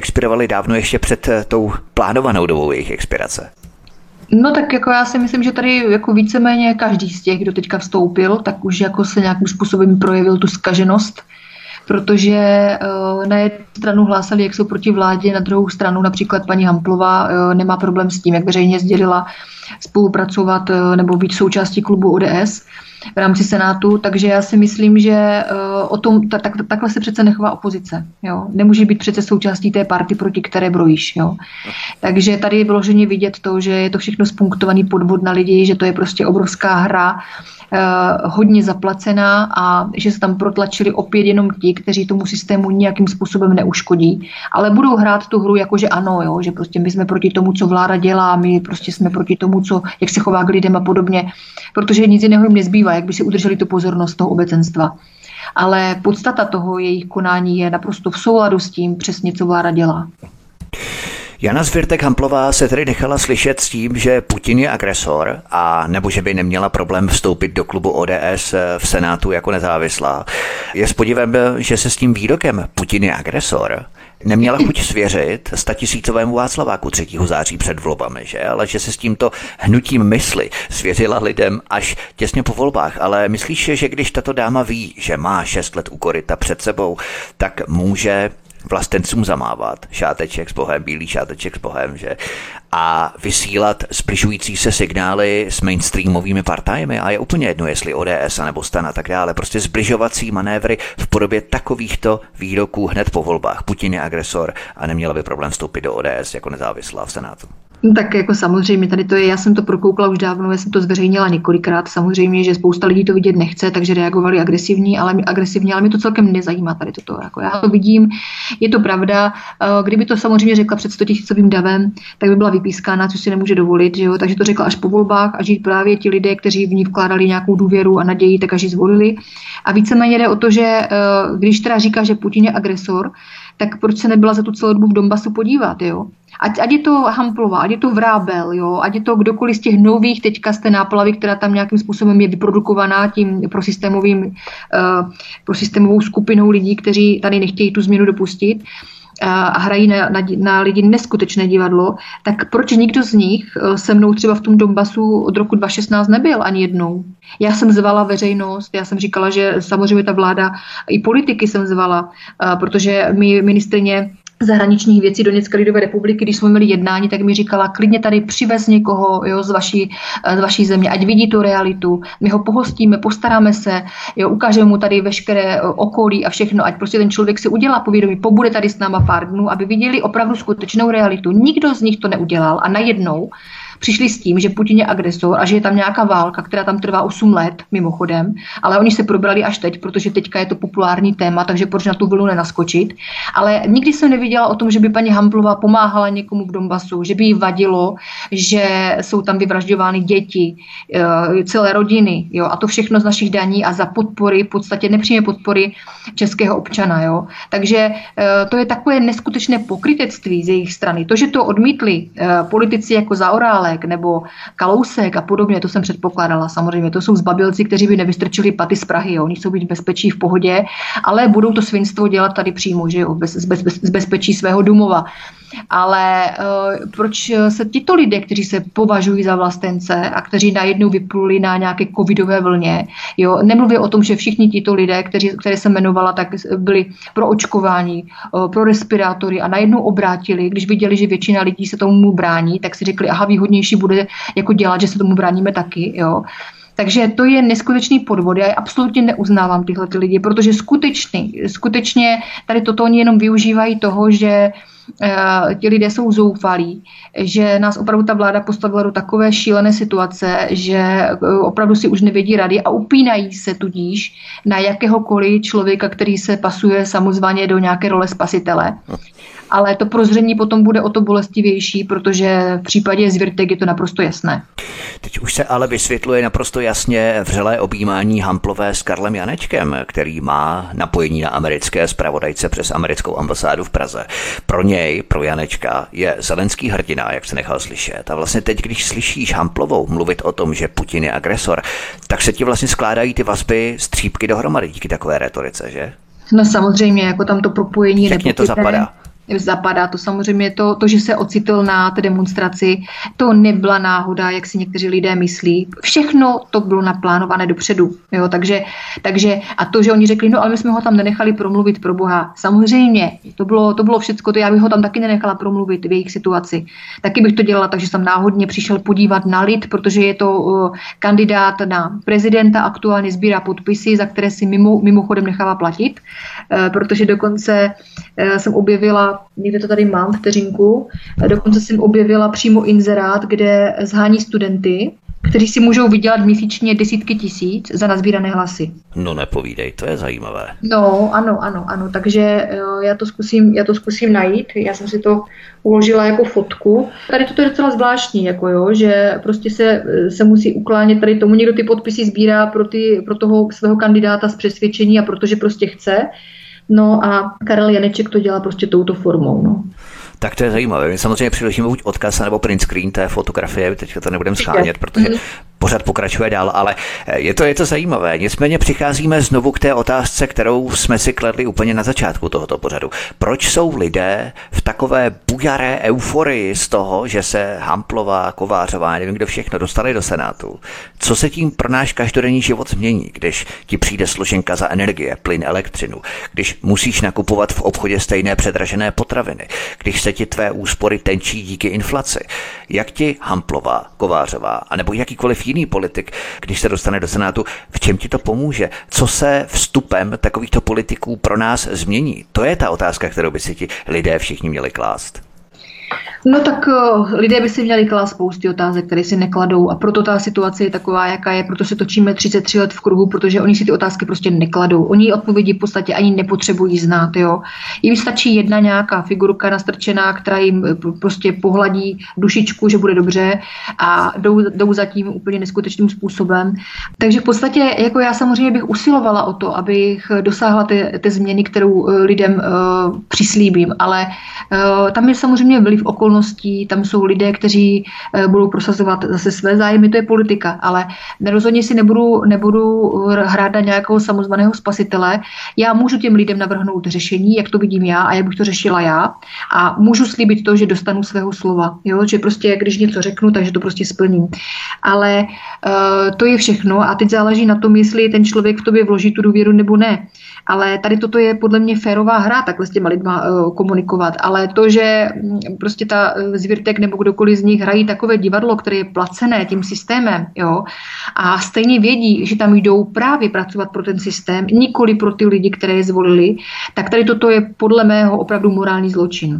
expirovaly dávno ještě před tou plánovanou dobou jejich expirace. No tak jako já si myslím, že tady jako víceméně každý z těch, kdo teďka vstoupil, tak už jako se nějakým způsobem projevil tu zkaženost, protože na jednu stranu hlásali, jak jsou proti vládě, na druhou stranu například paní Hamplová nemá problém s tím, jak veřejně sdělila spolupracovat nebo být součástí klubu ODS v rámci Senátu, takže já si myslím, že o tom takhle se přece nechová opozice. Jo? Nemůže být přece součástí té party, proti které brojíš. Jo? Takže tady je vyloženě vidět to, že je to všechno spunktovaný podvod na lidi, že to je prostě obrovská hra, hodně zaplacená a že se tam protlačili opět jenom ti, kteří tomu systému nějakým způsobem neuškodí, ale budou hrát tu hru jako, že ano, jo, že prostě my jsme proti tomu, co vláda dělá, my prostě jsme proti tomu, jak se chová k lidem a podobně, protože nic jiného jim nezbývá, jak by si udrželi tu pozornost toho obecenstva. Ale podstata toho jejich konání je naprosto v souladu s tím přesně, co vláda dělá. Jana Zwirtek-Hamplová se tedy nechala slyšet s tím, že Putin je agresor a nebo že by neměla problém vstoupit do klubu ODS v Senátu jako nezávislá. Je s podivem, že se s tím výrokem Putin je agresor neměla chuť svěřit statisícovému Václaváku 3. září před volbami, že? Ale že se s tímto hnutím mysli svěřila lidem až těsně po volbách. Ale myslíš, že když tato dáma ví, že má 6 let u koryta před sebou, tak může vlastencům zamávat šáteček s Bohem, bílý šáteček s Bohem, že? A vysílat zbližující se signály s mainstreamovými partajemi a je úplně jedno, jestli ODS nebo STAN a tak dále. Prostě zbližovací manévry v podobě takovýchto výroků hned po volbách. Putin je agresor a neměla by problém vstoupit do ODS jako nezávislá v Senátu. No tak jako samozřejmě, tady to je, já jsem to prokoukla už dávno, já jsem to zveřejnila několikrát, samozřejmě, že spousta lidí to vidět nechce, takže reagovali agresivně, ale mě to celkem nezajímá tady toto. Jako já to vidím, je to pravda, kdyby to samozřejmě řekla před 100 000 davem, tak by byla vypískána, což si nemůže dovolit, že jo? Takže to řekla až po volbách a žít právě ti lidé, kteří v ní vkládali nějakou důvěru a naději, tak až ji zvolili. A víceméně jde o to, že když teda říká, že Putin je agresor, tak proč se nebyla za tu celou dobu v Donbasu podívat, jo? Ať je to Hamplová, ať je to Vrábel, jo? Ať je to kdokoliv z těch nových teďka z té náplavy, která tam nějakým způsobem je vyprodukovaná tím prosystémovou skupinou lidí, kteří tady nechtějí tu změnu dopustit a hrají na lidi neskutečné divadlo, tak proč nikdo z nich se mnou třeba v tom Donbasu od roku 2016 nebyl ani jednou? Já jsem zvala veřejnost, já jsem říkala, že samozřejmě ta vláda, i politiky jsem zvala, protože mi ministryně zahraničních věcí Doněcké lidové republiky, když jsme měli jednání, tak mi říkala, klidně tady přivez někoho, jo, z vaší země, ať vidí tu realitu, my ho pohostíme, postaráme se, jo, ukážeme mu tady veškeré okolí a všechno, ať prostě ten člověk si udělá povědomí, pobude tady s náma pár dnů, aby viděli opravdu skutečnou realitu. Nikdo z nich to neudělal a najednou přišli s tím, že Putin je agresor a že je tam nějaká válka, která tam trvá 8 let, mimochodem, ale oni se probrali až teď, protože teďka je to populární téma, takže proč na tu vlnu nenaskočit. Ale nikdy jsem neviděla o tom, že by paní Hamplová pomáhala někomu v Donbasu, že by jí vadilo, že jsou tam vyvražďovány děti, celé rodiny, jo, a to všechno z našich daní a za podpory, v podstatě nepřímé podpory českého občana, jo. Takže to je takové neskutečné pokrytectví z jejich strany. To, že to odmítli politici jako Zaorálek nebo Kalousek a podobně, to jsem předpokládala samozřejmě. To jsou zbabilci, kteří by nevystrčili paty z Prahy, jo. Oni jsou být v bezpečí, v pohodě, ale budou to svinstvo dělat tady přímo, že jo, z bezpečí svého domova. Ale proč se tito lidé, kteří se považují za vlastence a kteří najednou vypluli na nějaké covidové vlně, jo, nemluví o tom, že všichni tito lidé, které jsem jmenovala, tak byli pro očkování, pro respirátory a najednou obrátili, když viděli, že většina lidí se tomu brání, tak si řekli, aha, výhodnější bude jako dělat, že se tomu bráníme taky, jo. Takže to je neskutečný podvod. Já absolutně neuznávám tyhle ty lidi, protože skutečně tady toto oni jenom využívají toho, že ti lidé jsou zoufalí, že nás opravdu ta vláda postavila do takové šílené situace, že opravdu si už nevědí rady a upínají se tudíž na jakéhokoliv člověka, který se pasuje samozvaně do nějaké role spasitele. Ale to prozření potom bude o to bolestivější, protože v případě Zwirtek je to naprosto jasné. Teď už se ale vysvětluje naprosto jasně vřelé objímání Hamplové s Karlem Janečkem, který má napojení na americké zpravodajce přes americkou ambasádu v Praze. Pro něj, pro Janečka, je Zelenský hrdina, jak se nechal slyšet. A vlastně teď, když slyšíš Hamplovou mluvit o tom, že Putin je agresor, tak se ti vlastně skládají ty vazby střípky dohromady díky takové retorice, že? No samozřejmě, jako tam to propojení. Jak mě to zapadá? zapadá. To samozřejmě to, že se ocitl na té demonstraci, to nebyla náhoda, jak si někteří lidé myslí. Všechno to bylo naplánované dopředu. Jo, takže a to, že oni řekli, no ale my jsme ho tam nenechali promluvit, pro boha. Samozřejmě, to bylo všecko, to já bych ho tam taky nenechala promluvit v jejich situaci. Taky bych to dělala, takže jsem náhodně přišel podívat na lid, protože je to kandidát na prezidenta, aktuálně sbírá podpisy, za které si mimochodem nechává platit, protože dokonce jsem objevila, někde to tady mám, vteřinku, dokonce jsem objevila přímo inzerát, kde zhání studenty, kteří si můžou vydělat měsíčně desítky tisíc za nazbírané hlasy. No nepovídej, to je zajímavé. No, ano, takže já to zkusím najít, já jsem si to uložila jako fotku. Tady toto je docela zvláštní, jako jo, že prostě se musí uklánět tady tomu, někdo ty podpisy sbírá pro toho svého kandidáta z přesvědčení a protože prostě chce. No a Karel Janeček to dělá prostě touto formou, no. Tak to je zajímavé. My samozřejmě přiložíme buď odkaz nebo print screen té fotografie, teď to nebudeme schánět, protože pořád pokračuje dál, ale je to zajímavé. Nicméně přicházíme znovu k té otázce, kterou jsme si kladli úplně na začátku tohoto pořadu. Proč jsou lidé v takové bujaré euforii z toho, že se Hamplová, Kovářová, nevím kdo všechno dostali do Senátu? Co se tím pro náš každodenní život změní, když ti přijde složenka za energie, plyn, elektřinu, když musíš nakupovat v obchodě stejné předražené potraviny, když se ti tvé úspory tenčí díky inflaci? Jak ti Hamplová, Kovářová, anebo jakýkoliv jiný politik, když se dostane do Senátu, v čem ti to pomůže? Co se vstupem takovýchto politiků pro nás změní? To je ta otázka, kterou by si ti lidé všichni měli klást. No tak lidé by si měli klást spousty otázek, které si nekladou a proto ta situace je taková, jaká je, proto se točíme 33 let v kruhu, protože oni si ty otázky prostě nekladou. Oni odpovědi v podstatě ani nepotřebují znát, jo. Jim stačí jedna nějaká figurka nastrčená, která jim prostě pohladí dušičku, že bude dobře a jdou za tím úplně neskutečným způsobem. Takže v podstatě jako já samozřejmě bych usilovala o to, abych dosáhla té změny, kterou lidem přislíbím, ale tam je samozřejmě vliv okolností, tam jsou lidé, kteří budou prosazovat zase své zájmy, to je politika, ale rozhodně si nebudu hrát na nějakého samozvaného spasitele. Já můžu těm lidem navrhnout řešení, jak to vidím já a jak bych to řešila já a můžu slíbit to, že dostanu svého slova, jo? Že prostě když něco řeknu, takže to prostě splním. Ale to je všechno a teď záleží na tom, jestli ten člověk v tobě vloží tu důvěru nebo ne. Ale tady toto je podle mě férová hra, takhle s těma lidma komunikovat. Ale to, že prostě ta Zvirtek nebo kdokoliv z nich hrají takové divadlo, které je placené tím systémem, jo, a stejně vědí, že tam jdou právě pracovat pro ten systém, nikoli pro ty lidi, které je zvolili, tak tady toto je podle mého opravdu morální zločin.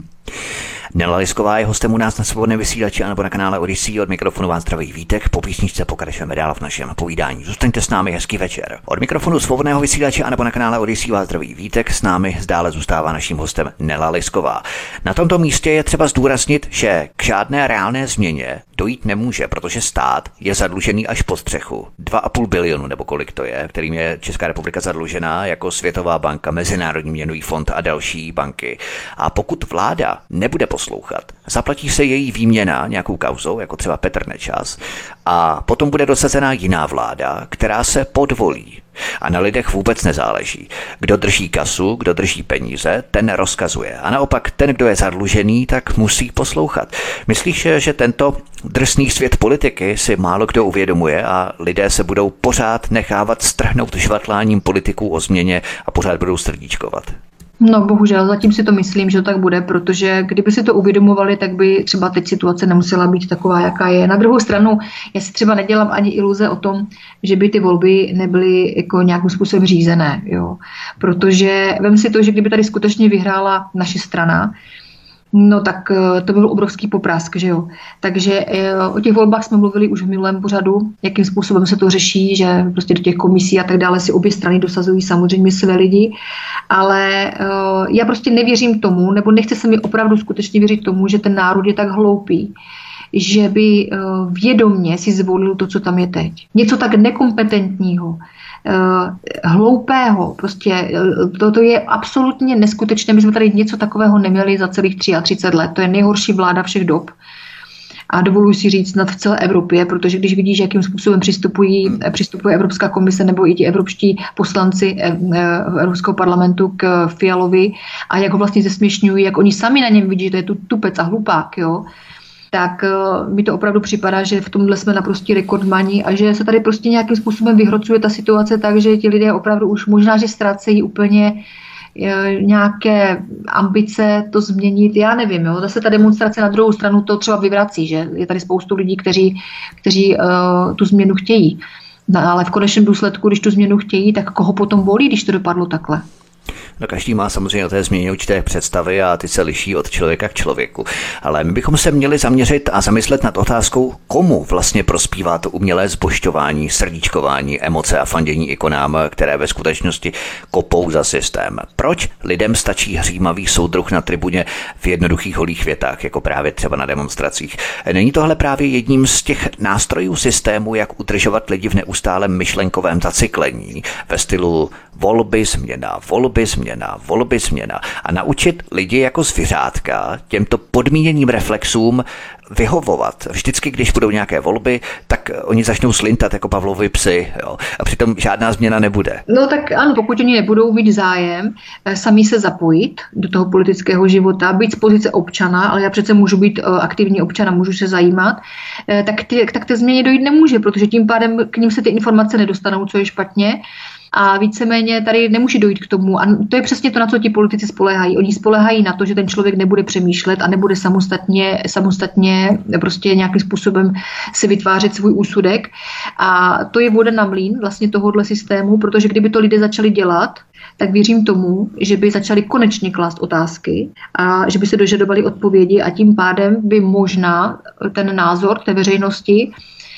Nela Lisková je hostem u nás na Svobodném vysílači a nebo na kanále Odyssey. Od mikrofonu vás zdraví Vítek. Po písničce pokračujeme dál v našem povídání. Zůstaňte s námi, hezký večer. Od mikrofonu Svobodného vysílače a nebo na kanále Odyssey vás zdraví Vítek. S námi zdále zůstává naším hostem Nela Lisková. Na tomto místě je třeba zdůraznit, že k žádné reálné změně dojít nemůže, protože stát je zadlužený až po střechu. 2,5 bilionu nebo kolik to je, kterým je Česká republika zadlužená jako Světová banka, Mezinárodní měnový fond a další banky. A pokud vláda nebude poslouchat, zaplatí se její výměna nějakou kauzou, jako třeba Petr Nečas, a potom bude dosazená jiná vláda, která se podvolí. A na lidech vůbec nezáleží. Kdo drží kasu, kdo drží peníze, ten rozkazuje. A naopak ten, kdo je zadlužený, tak musí poslouchat. Myslíš, že tento drsný svět politiky si málo kdo uvědomuje a lidé se budou pořád nechávat strhnout žvatláním politiků o změně a pořád budou srdíčkovat? No bohužel, zatím si to myslím, že to tak bude, protože kdyby si to uvědomovali, tak by třeba teď situace nemusela být taková, jaká je. Na druhou stranu, já si třeba nedělám ani iluze o tom, že by ty volby nebyly jako nějakým způsobem řízené, jo. Protože vem si to, že kdyby tady skutečně vyhrála naše strana, no tak to byl obrovský poprask, že jo. Takže o těch volbách jsme mluvili už v minulém pořadu, jakým způsobem se to řeší, že prostě do těch komisí a tak dále si obě strany dosazují samozřejmě své lidi, ale já prostě nevěřím tomu, nebo nechce se mi opravdu skutečně věřit tomu, že ten národ je tak hloupý, že by vědomně si zvolil to, co tam je teď. Něco tak nekompetentního, hloupého, prostě to je absolutně neskutečné. My jsme tady něco takového neměli za celých 33 let. To je nejhorší vláda všech dob. a dovoluji si říct snad v celé Evropě, protože když vidíš, jakým způsobem přistupuje Evropská komise nebo i ti evropští poslanci Evropského parlamentu k Fialovi a jak ho vlastně zesměšňují, jak oni sami na něm vidí, že to je tu tupec a hlupák, jo, tak mi to opravdu připadá, že v tomhle jsme naprostí rekordmani a že se tady prostě nějakým způsobem vyhrocuje ta situace tak, že ti lidé opravdu už možná, že ztrácejí úplně nějaké ambice to změnit, já nevím, jo. Zase ta demonstrace na druhou stranu to třeba vyvrací, že je tady spoustu lidí, kteří tu změnu chtějí. No, ale v konečném důsledku, když tu změnu chtějí, tak koho potom volí, když to dopadlo takhle? No, každý má samozřejmě o té změně určité představy a ty se liší od člověka k člověku. Ale my bychom se měli zaměřit a zamyslet nad otázkou, komu vlastně prospívá to umělé zbožťování, srdíčkování, emoce a fandění ikonám, které ve skutečnosti kopou za systém. Proč lidem stačí hřímavý soudruh na tribuně v jednoduchých holých větách, jako právě třeba na demonstracích? Není tohle právě jedním z těch nástrojů systému, jak udržovat lidi v neustálém myšlenkovém zacyklení ve stylu volby, změna, volby, změna, volby, změna a naučit lidi jako zvířátka těmto podmíněným reflexům vyhovovat. Vždycky, když budou nějaké volby, tak oni začnou slintat jako Pavlovi psy, jo? A přitom žádná změna nebude. No tak ano, pokud oni nebudou mít zájem sami se zapojit do toho politického života, být z pozice občana, ale já přece můžu být aktivní občan a můžu se zajímat, tak té změně dojít nemůže, protože tím pádem k ním se ty informace nedostanou, co je špatně. A víceméně tady nemůže dojít k tomu. A to je přesně to, na co ti politici spoléhají. Oni spoléhají na to, že ten člověk nebude přemýšlet a nebude samostatně prostě nějakým způsobem si vytvářet svůj úsudek. A to je voda na mlýn vlastně tohohle systému, protože kdyby to lidé začali dělat, tak věřím tomu, že by začali konečně klást otázky a že by se dožadovali odpovědi a tím pádem by možná ten názor té veřejnosti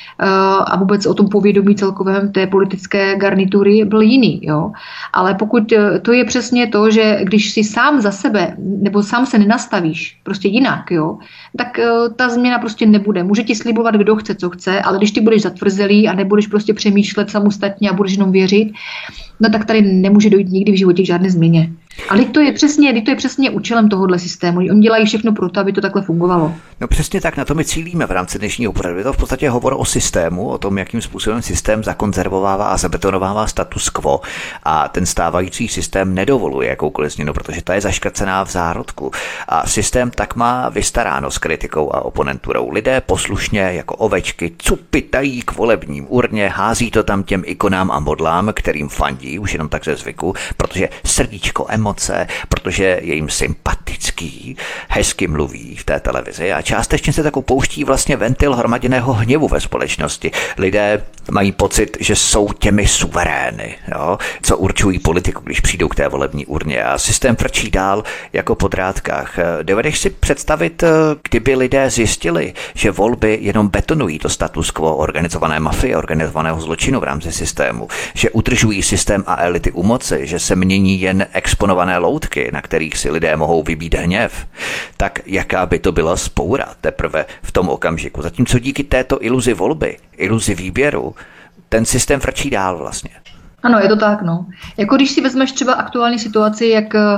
a vůbec o tom povědomí celkovém té politické garnitury byl jiný. Jo? Ale pokud to je přesně to, že když si sám za sebe nebo sám se nenastavíš prostě jinak, jo, tak ta změna prostě nebude. Může ti slibovat, kdo chce, co chce, ale když ty budeš zatvrzelý a nebudeš prostě přemýšlet samostatně a budeš jenom věřit, no tak tady nemůže dojít nikdy v životě k žádné změně. Ale to je přesně účelem tohohle systému. Oni dělají všechno pro to, aby to takhle fungovalo. No přesně tak, na to my cílíme v rámci dnešního pořadu. Je to v podstatě hovor o systému, o tom, jakým způsobem systém zakonzervovává a zabetonovává status quo. A ten stávající systém nedovoluje jakoukoliv změnu, protože ta je zaškrcená v zárodku. A systém tak má vystaráno s kritikou a oponenturou. Lidé poslušně jako ovečky cupitají k volebním urně, hází to tam těm ikonám a modlám, kterým fandí, už jenom tak ze zvyku, protože srdíčko emoce, protože je jim sympatický, hezky mluví v té televizi a částečně se tak pouští vlastně ventil hromaděného hněvu ve společnosti. Lidé mají pocit, že jsou těmi suverény, jo, co určují politiku, když přijdou k té volební urně a systém frčí dál jako po drátkách. Dovedeš si představit, kdyby lidé zjistili, že volby jenom betonují to status quo organizované mafie, organizovaného zločinu v rámci systému, že udržují systém a elity u moci, že se mění jen exponované loutky, na kterých si lidé mohou vybít hněv, tak jaká by to byla vzpoura teprve v tom okamžiku. Zatímco díky této iluzi volby, iluzi výběru, ten systém frčí dál vlastně. Ano, je to tak, no. Jako když si vezmeš třeba aktuální situaci,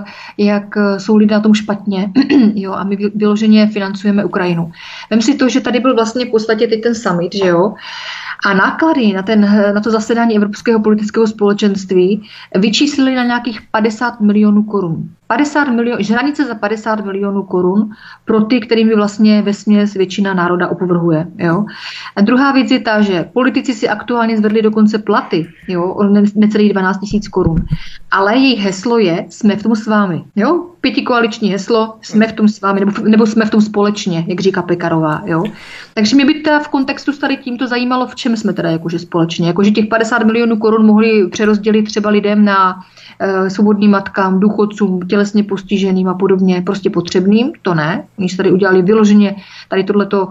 jak jsou lidé na tom špatně, jo, a my vyloženě financujeme Ukrajinu. Vem si to, že tady byl vlastně v podstatě teď ten summit, že jo, a náklady na to zasedání Evropského politického společenství vyčíslili na nějakých 50 milionů korun. Hranice za 50 milionů korun pro ty, kterými vlastně vesměs většina národa opovrhuje. Jo? A druhá věc je ta, že politici si aktuálně zvedli dokonce platy, jo? O necelých 12 000 korun. Ale jejich heslo je, jsme v tom s vámi. Jo? Pětikoaliční heslo, jsme v tom s vámi, nebo jsme v tom společně, jak říká Pekarová. Jo? Takže mě by teda v kontextu tady tímto zajímalo, v čem jsme teda jakože společně. Jakože těch 50 milionů korun mohli přerozdělit třeba lidem na svobodným matkám, důchodcům, tělesně postiženým a podobně, prostě potřebným, to ne. Oni se tady udělali vyloženě tady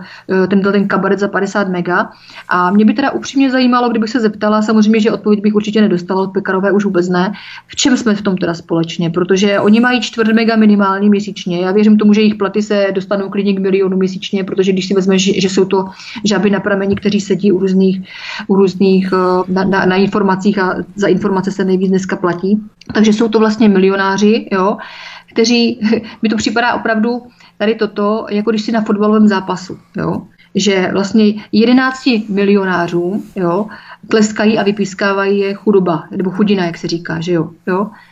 ten kabaret za 50 mega. A mě by teda upřímně zajímalo, kdybych se zeptala, samozřejmě, že odpověď bych určitě nedostala od Pekarové, už vůbec ne, v čem jsme v tom teda společně, protože oni mají 4 mega minimálně měsíčně. Já věřím tomu, že jejich platy se dostanou klidně k milionu měsíčně, protože když si vezmeš, že jsou to žaby na prameni, kteří sedí u různých na informacích a za informace se nejvíc dneska platí. Takže jsou to vlastně milionáři, jo, kteří, mi to připadá opravdu tady toto, jako když si na fotbalovém zápasu, jo. že vlastně 11 milionářům, jo, tleskají a vypískávají je chudoba, nebo chudina, jak se říká, že jo.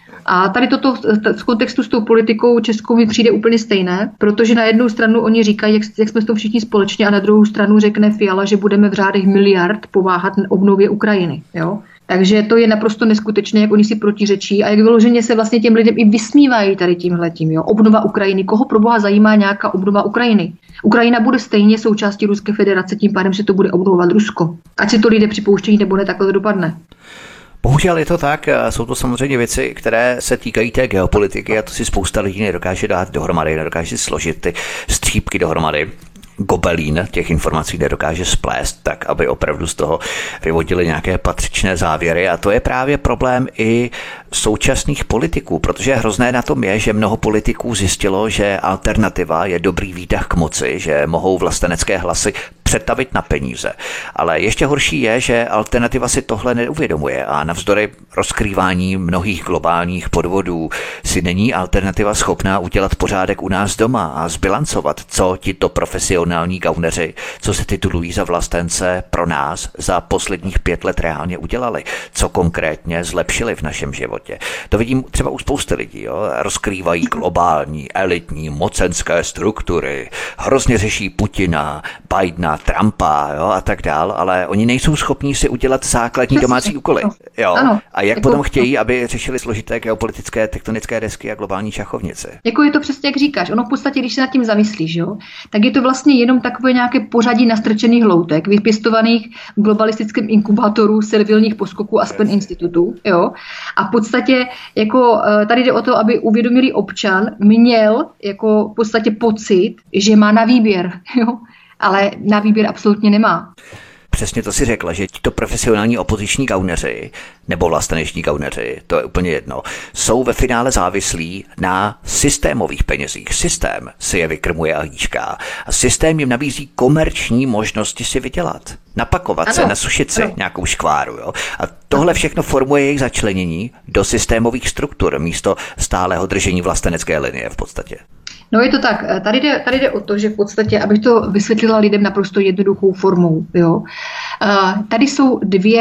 A tady toto z kontextu s tou politikou českou mi přijde úplně stejné, protože na jednu stranu oni říkají, jak jsme to všichni společně, a na druhou stranu řekne Fiala, že budeme v řádech miliard pomáhat obnově Ukrajiny. Jo? Takže to je naprosto neskutečné, jak oni si protiřečí a jak vyloženě se vlastně těm lidem i vysmívají tady tímhletím. Jo? Obnova Ukrajiny. Koho pro boha zajímá nějaká obnova Ukrajiny? Ukrajina bude stejně součástí Ruské federace, tím pádem se to bude obnovovat Rusko. Ať si to lidé připouštějí, nebo ne, takhle to dopadne. Bohužel je to tak, jsou to samozřejmě věci, které se týkají té geopolitiky a to si spousta lidí nedokáže dát dohromady, nedokáže si složit ty střípky dohromady. Gobelín těch informací nedokáže splést tak, aby opravdu z toho vyvodili nějaké patřičné závěry a to je právě problém i současných politiků, protože hrozné na tom je, že mnoho politiků zjistilo, že alternativa je dobrý výtah k moci, že mohou vlastenecké hlasy přetavit na peníze. Ale ještě horší je, že alternativa si tohle neuvědomuje a navzdory rozkrývání mnohých globálních podvodů si není alternativa schopná udělat pořádek u nás doma a zbilancovat, co tito profesionální gauneři, co se titulují za vlastence, pro nás za posledních 5 let reálně udělali, co konkrétně zlepšili v našem životě. To vidím třeba u spousty lidí, jo? Rozkrývají globální, elitní, mocenské struktury, hrozně řeší Putina, Bidena, Trumpa, jo, a tak dál, ale oni nejsou schopní si udělat základní domácí úkoly. Jo? Ano. A jak potom chtějí, aby řešili složité geopolitické tektonické desky a globální šachovnice? Jako je to přesně, jak říkáš. Ono v podstatě, když se nad tím zamyslíš, jo, tak je to vlastně jenom takové nějaké pořadí nastrčených hloutek, vypěstovaných v globalistickém inkubátoru servilních poskoků Aspen Institutu. Jo. A v podstatě jako tady jde o to, aby uvědomilý občan měl jako v podstatě pocit, že má na výběr. Jo. Ale na výběr absolutně nemá. Přesně to si řekla, že tito profesionální opoziční gauneři nebo vlasteneční gauneři, to je úplně jedno, jsou ve finále závislí na systémových penězích. Systém si je vykrmuje a hýčká. A systém jim nabízí komerční možnosti si vydělat. Napakovat se, nasušit si nějakou škváru. Jo? A tohle všechno formuje jejich začlenění do systémových struktur místo stálého držení vlastenecké linie v podstatě. No je to tak, tady jde o to, že v podstatě, abych to vysvětlila lidem naprosto jednoduchou formou, jo. Tady jsou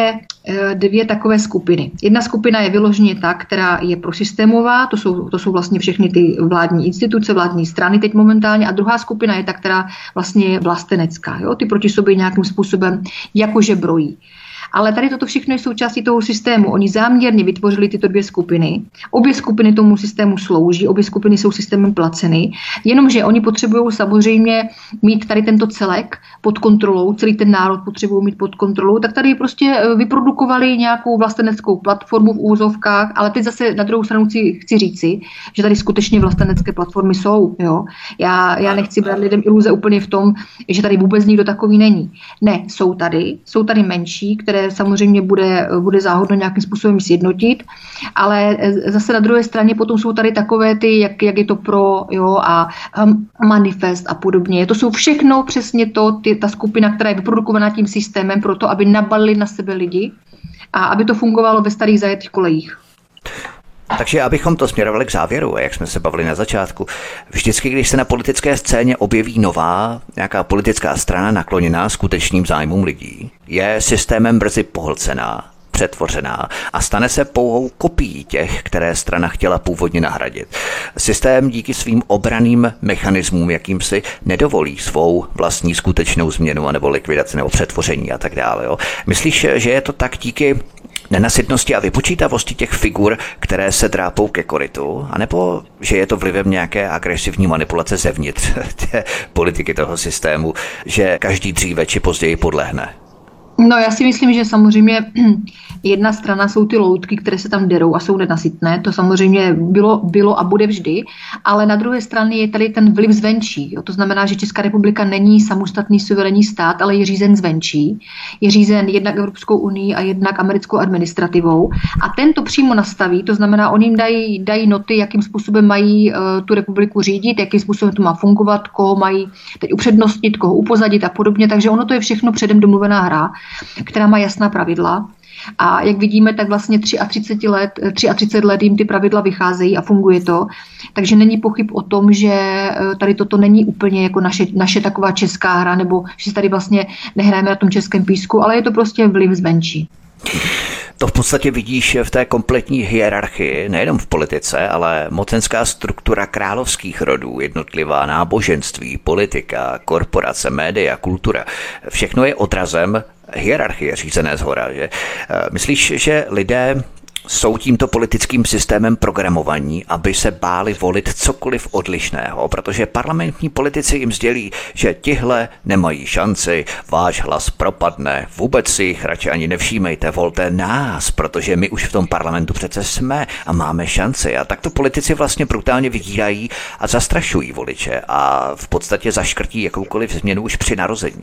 dvě takové skupiny. Jedna skupina je vyloženě ta, která je prosystémová, to jsou vlastně všechny ty vládní instituce, vládní strany teď momentálně, a druhá skupina je ta, která vlastně je vlastenecká, jo. Ty proti sobě nějakým způsobem jakože brojí. Ale tady toto všechno je součástí toho systému. Oni záměrně vytvořili tyto dvě skupiny. Obě skupiny tomu systému slouží, obě skupiny jsou systémem placeny, jenomže oni potřebují samozřejmě mít tady tento celek pod kontrolou, celý ten národ potřebují mít pod kontrolou, tak tady prostě vyprodukovali nějakou vlasteneckou platformu v úvozovkách, ale teď zase na druhou stranu chci říci, že tady skutečně vlastenecké platformy jsou. Jo? Já nechci brát lidem iluze úplně v tom, že tady vůbec nikdo takový není. Ne, jsou tady menší, které samozřejmě bude záhodno nějakým způsobem sjednotit, ale zase na druhé straně potom jsou tady takové ty, jak je to a manifest a podobně. To jsou všechno přesně ta skupina, která je vyprodukovaná tím systémem proto, aby nabalili na sebe lidi a aby to fungovalo ve starých zajetých kolejích. Takže abychom to směrovali k závěru, jak jsme se bavili na začátku, vždycky, když se na politické scéně objeví nová nějaká politická strana nakloněná skutečným zájmům lidí, je systémem brzy pohlcená, přetvořená a stane se pouhou kopií těch, které strana chtěla původně nahradit. Systém díky svým obranným mechanismům jakýmsi nedovolí svou vlastní skutečnou změnu nebo likvidaci nebo přetvoření a tak dále. Jo? Myslíš, že je to tak díky nenasytnosti a vypočítavosti těch figur, které se drápou ke korytu, anebo že je to vlivem nějaké agresivní manipulace zevnitř té politiky toho systému, že každý dříve či později podlehne? No já si myslím, že samozřejmě jedna strana jsou ty loutky, které se tam derou a jsou nenasytné, to samozřejmě bylo a bude vždy, ale na druhé straně je tady ten vliv zvenčí. Jo? To znamená, že Česká republika není samostatný suverénní stát, ale je řízen zvenčí. Je řízen jednak Evropskou unii a jednak americkou administrativou a ten to přímo nastaví, to znamená, oni jim dají noty, jakým způsobem mají tu republiku řídit, jakým způsobem to má fungovat, koho mají teď upřednostnit, koho upozadit a podobně, takže ono to je všechno předem domluvená hra, která má jasná pravidla. A jak vidíme, tak vlastně 33 let jim ty pravidla vycházejí a funguje to. Takže není pochyb o tom, že tady toto není úplně jako naše taková česká hra, nebo že tady vlastně nehrajeme na tom českém písku, ale je to prostě vliv zvenčí. To v podstatě vidíš v té kompletní hierarchii, nejenom v politice, ale mocenská struktura královských rodů, jednotlivá náboženství, politika, korporace, média, kultura. Všechno je odrazem hierarchie řízené zhora. Že? Myslíš, že lidé jsou tímto politickým systémem programovaní, aby se báli volit cokoliv odlišného, protože parlamentní politici jim sdělí, že tihle nemají šanci, váš hlas propadne, vůbec si jich radši ani nevšímejte, volte nás, protože my už v tom parlamentu přece jsme a máme šanci. A takto politici vlastně brutálně vydírají a zastrašují voliče a v podstatě zaškrtí jakoukoliv změnu už při narození.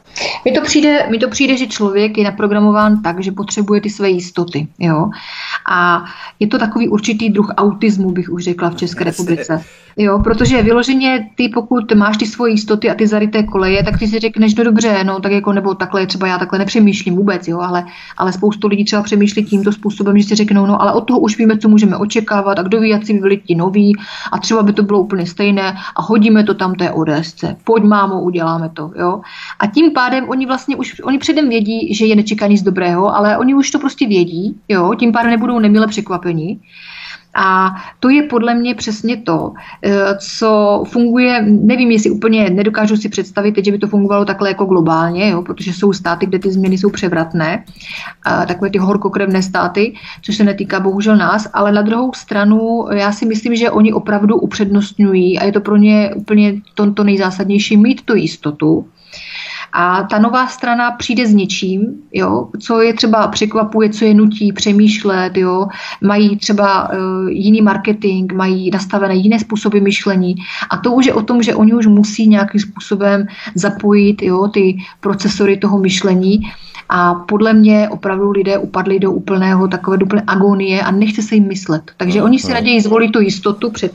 Mně to přijde, že člověk je naprogramován tak, že potřebuje ty své jistoty. Jo? A je to takový určitý druh autismu, bych už řekla v České republice. Jo? Protože vyloženě ty, pokud máš ty svoje jistoty a ty zaryté koleje, tak ty si řekneš, no dobře, no tak jako, nebo takhle, třeba já takhle nepřemýšlím vůbec, jo? Ale spoustu lidí třeba přemýšlí tímto způsobem, že si řeknou, no ale od toho už víme, co můžeme očekávat a kdo ví, jak si by byli ti noví a třeba by to bylo úplně stejné a hodíme to tam té ODSce. Pojď mámo, uděláme to. Jo? A tím pádem oni předem vědí, že je nečeká nic dobrého, ale oni už to prostě vědí, jo? Tím pádem nebudou nemile překvapeni. A to je podle mě přesně to, co funguje, nevím, jestli úplně nedokážu si představit, že by to fungovalo takhle jako globálně, jo, protože jsou státy, kde ty změny jsou převratné, takové ty horkokrevné státy, což se netýká bohužel nás, ale na druhou stranu já si myslím, že oni opravdu upřednostňují a je to pro ně úplně to nejzásadnější mít tu jistotu. A ta nová strana přijde s něčím, jo, co je třeba překvapuje, co je nutí přemýšlet, jo, mají třeba jiný marketing, mají nastavené jiné způsoby myšlení a to už je o tom, že oni už musí nějakým způsobem zapojit, jo, ty procesory toho myšlení a podle mě opravdu lidé upadli do úplné agonie a nechce se jim myslet. Takže oni si raději zvolí tu jistotu před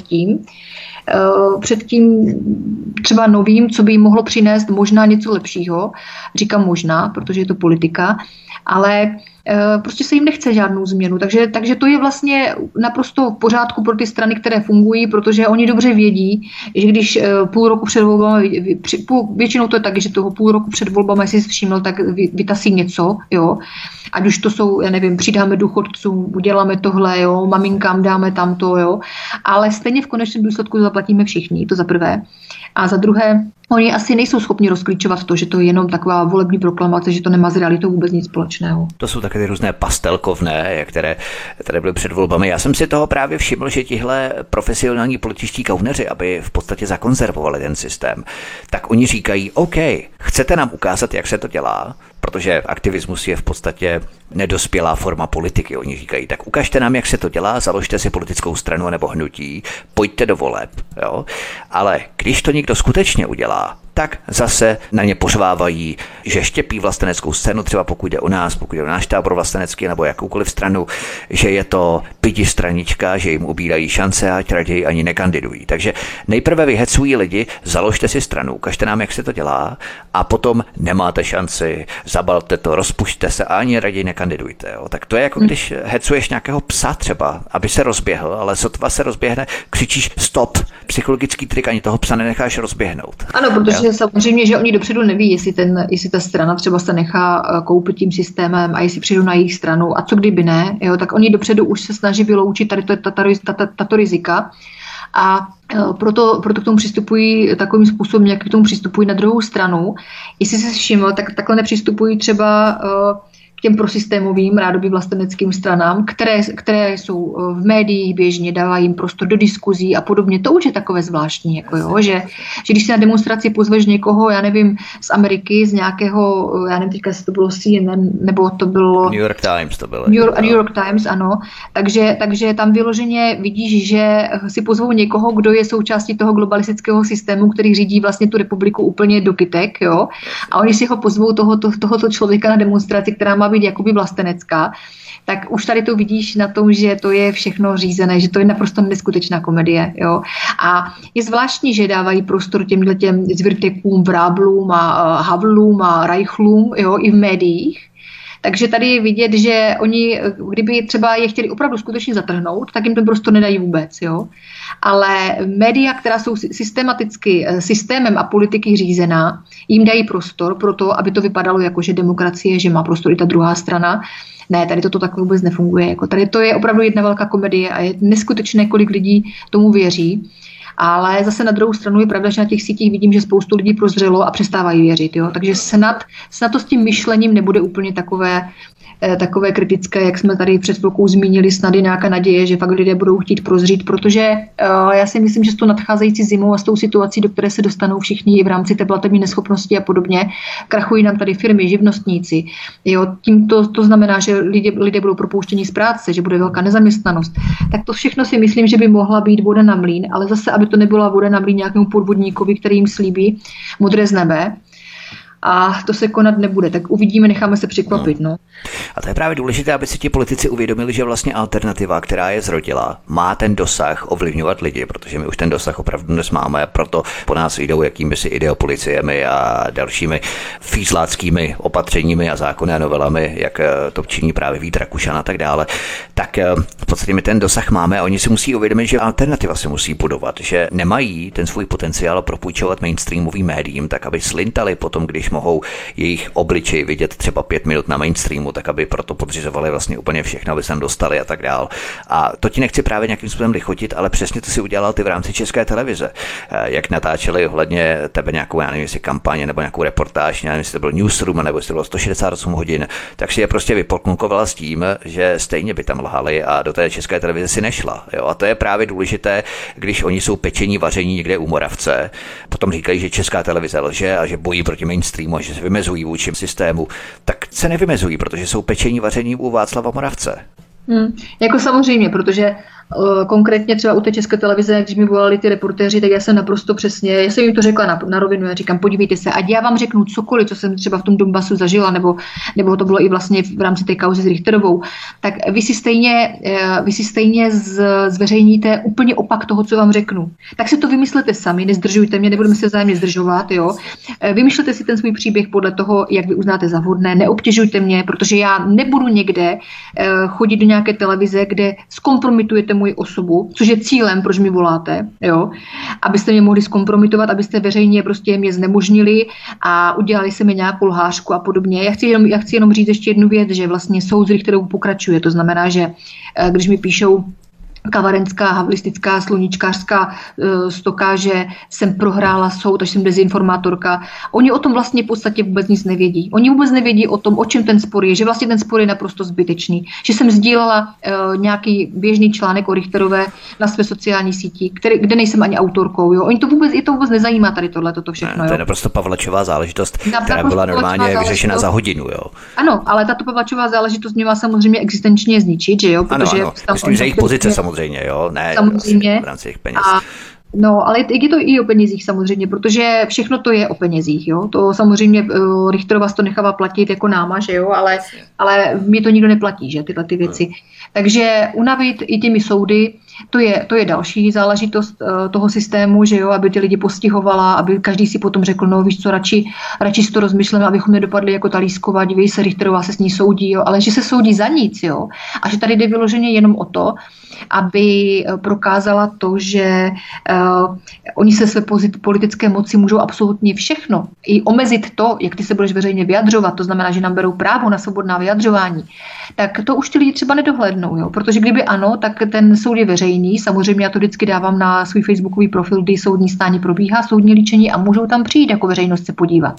tím třeba novým, co by jim mohlo přinést možná něco lepšího. Říkám možná, protože je to politika, ale prostě se jim nechce žádnou změnu. Takže to je vlastně naprosto v pořádku pro ty strany, které fungují, protože oni dobře vědí, že když půl roku před volbami, většinou to je tak, že toho půl roku před volbami, jestli jsi všiml, tak vytasí něco, jo. Ať už to jsou, já nevím, přidáme důchodcům, uděláme tohle, jo, maminkám dáme tamto, jo. Ale stejně v konečném důsledku zaplatíme všichni, to za prvé. A za druhé, oni asi nejsou schopni rozklíčovat to, že to je jenom taková volební proklamace, že to nemá s realitou vůbec nic společného. To jsou také ty různé pastelkovné, které tady byly před volbami. Já jsem si toho právě všiml, že tihle profesionální političtí kauneři, aby v podstatě zakonzervovali ten systém, tak oni říkají, OK, chcete nám ukázat, jak se to dělá, protože aktivismus je v podstatě nedospělá forma politiky. Oni říkají, tak ukažte nám, jak se to dělá, založte si politickou stranu nebo hnutí, pojďte do voleb. Jo? Ale když to někdo skutečně udělá, tak zase na ně pořvávají, že štěpí vlasteneckou scénu, třeba pokud jde o nás, pokud jde o náš tábor vlastenecký nebo jakoukoliv stranu, že je to pidistranička, že jim ubírají šance a ať raději ani nekandidují. Takže nejprve vyhecují lidi, založte si stranu, ukažte nám, jak se to dělá a potom nemáte šanci, zabalte to, rozpušťte se a ani raději nekandidujte. Jo. Tak to je jako když hecuješ nějakého psa třeba, aby se rozběhl, ale sotva se rozběhne, křičíš stop, psychologický trik, ani toho psa nenecháš rozběhnout. Ano, protože samozřejmě, že oni dopředu neví, jestli ta strana třeba se nechá koupit tím systémem a jestli přijdou na jejich stranu a co kdyby ne, jo, tak oni dopředu už se snaží vyloučit tady tato rizika a proto k tomu přistupují takovým způsobem, jak k tomu přistupují na druhou stranu. Jestli se všiml, tak takhle nepřistupují třeba k těm prosystémovým rádoby vlasteneckým stranám, které jsou v médiích běžně, dávají jim prostor do diskuzí a podobně. To už je takové zvláštní, jako jo, že když si na demonstraci pozveš někoho, já nevím, z Ameriky, z nějakého, já nevím, teďka jestli to bylo CNN, nebo to bylo New York Times to bylo. New York Times, ano. Takže tam vyloženě vidíš, že si pozvou někoho, kdo je součástí toho globalistického systému, který řídí vlastně tu republiku úplně do kytek, jo. A oni si ho pozvou tohoto člověka na demonstraci, která má být jakoby vlastenecká, tak už tady to vidíš na tom, že to je všechno řízené, že to je naprosto neskutečná komedie. Jo? A je zvláštní, že dávají prostor těm zvrtekům, vráblům a havlům a rajchlům, jo, i v médiích. Takže tady je vidět, že oni, kdyby třeba je chtěli opravdu skutečně zatrhnout, tak jim ten prostor nedají vůbec. Jo? Ale média, která jsou systematicky systémem a politiky řízená, jim dají prostor pro to, aby to vypadalo jako, že demokracie, že má prostor i ta druhá strana. Ne, tady toto tak vůbec nefunguje. Jako tady to je opravdu jedna velká komedie a je neskutečné, kolik lidí tomu věří. Ale zase na druhou stranu je pravda, že na těch sítích vidím, že spoustu lidí prozřelo a přestávají věřit. Jo? Takže snad to s tím myšlením nebude úplně takové kritické, jak jsme tady před chvilkou zmínili, snad je nějaká naděje, že fakt lidé budou chtít prozřít, protože já si myslím, že s tou nadcházející zimou a s tou situací, do které se dostanou všichni i v rámci té platební neschopnosti a podobně, krachují nám tady firmy, živnostníci. Jo, tím to znamená, že lidé budou propouštěni z práce, že bude velká nezaměstnanost. Tak to všechno si myslím, že by mohla být voda na mlýn, ale zase, aby to nebyla voda na mlýn nějakému podvodníkovi, který jim slíbí modré z nebe. A to se konat nebude, tak uvidíme, necháme se překvapit. No. A to je právě důležité, aby si ti politici uvědomili, že vlastně alternativa, která je zrodila, má ten dosah ovlivňovat lidi, protože my už ten dosah opravdu dnes máme a proto po nás jdou jakými si ideopoliciemi a dalšími fízláckými opatřeními a zákony a novelami, jak to činí právě Vít Rakušan a tak dále. Tak v podstatě my ten dosah máme a oni si musí uvědomit, že alternativa se musí budovat, že nemají ten svůj potenciál propůjčovat mainstreamovým médiím, tak aby slintali potom, když mohou jejich obličej vidět třeba 5 minut na mainstreamu, tak aby proto podřizovali vlastně úplně všechno, aby se tam dostali a tak dál. A to ti nechci právě nějakým způsobem lichotit, ale přesně to si udělal ty v rámci České televize. Jak natáčeli ohledně tebe nějakou, já nevím, jestli kampaně nebo nějakou reportáž, nevím, jestli to byl newsroom nebo jestli to bylo 168 hodin, tak si je prostě vypolknukovala s tím, že stejně by tam lhali a do té České televize si nešla. Jo? A to je právě důležité, když oni jsou pečení, vaření někde u Moravce. Potom říkají, že Česká televize lže a že bojí proti mainstreamu, že se vymezují vůči systému, tak se nevymezují, protože jsou pečení vaření u Václava Moravce. Jako samozřejmě, protože konkrétně třeba u té České televize, když mi volali ty reportéři, tak já jsem naprosto přesně, já jsem jim to řekla na rovinu, já říkám, podívejte se, ať já vám řeknu cokoliv, co jsem třeba v tom Donbasu zažila, nebo to bylo i vlastně v rámci té kauzy s Richterovou, tak vy si stejně zveřejníte úplně opak toho, co vám řeknu. Tak si to vymyslete sami, nezdržujte mě, nebudeme se vzájemně zdržovat, jo. Vymyslete si ten svůj příběh podle toho, jak vy uznáte za vhodné, neobtěžujte mě, protože já nebudu někde chodit do nějaké televize, kde zkompromitujete moji osobu, což je cílem, proč mi voláte, jo, abyste mě mohli zkompromitovat, abyste veřejně prostě mě znemožnili a udělali se mi nějakou lhářku a podobně. Já chci jenom říct ještě jednu věc, že vlastně soud s Richterovou pokračuje, to znamená, že když mi píšou kavarenská, havlistická, sluníčkářská stoka, že jsem prohrála soud, až jsem dezinformátorka. Oni o tom vlastně v podstatě vůbec nic nevědí. Oni vůbec nevědí o tom, o čem ten spor je, že vlastně ten spor je naprosto zbytečný. Že jsem sdílela nějaký běžný článek o Richterové na své sociální síti, kde nejsem ani autorkou. Jo? Oni to vůbec nezajímá tady toto všechno. Ne, to je naprosto Pavlačová záležitost, která byla normálně vyřešena za hodinu. Jo? Ano, ale tato Pavlačová záležitost mě má samozřejmě existenčně zničit, že jo? Protože ano. Myslím, že jejich pozice samozřejmě, jo, ne samozřejmě. V rámci těch peněz. No, ale je to i o penězích samozřejmě, protože všechno to je o penězích, jo. To samozřejmě Richterová to nechává platit jako náma, že jo, ale mě to nikdo neplatí, že, tyhle ty věci. Takže unavit i těmi soudy, to je další záležitost toho systému, že jo, aby ty lidi postihovala, aby každý si potom řekl, no víš co, radši si to rozmyšleme, abychom nedopadli jako ta Lísková, dívej se, Richterová se s ní soudí, jo, ale že se soudí za nic, jo, a že tady jde vyloženě jenom o to, aby prokázala to, že oni se své politické moci můžou absolutně všechno. I omezit to, jak ty se budeš veřejně vyjadřovat, to znamená, že nám berou právo na svobodná vyjadřování, tak to už ty lidi třeba nedohlednou, jo? Protože kdyby ano, tak ten soud je veřejný, samozřejmě já to vždycky dávám na svůj facebookový profil, kdy soudní stání probíhá, soudní líčení a můžou tam přijít jako veřejnost se podívat.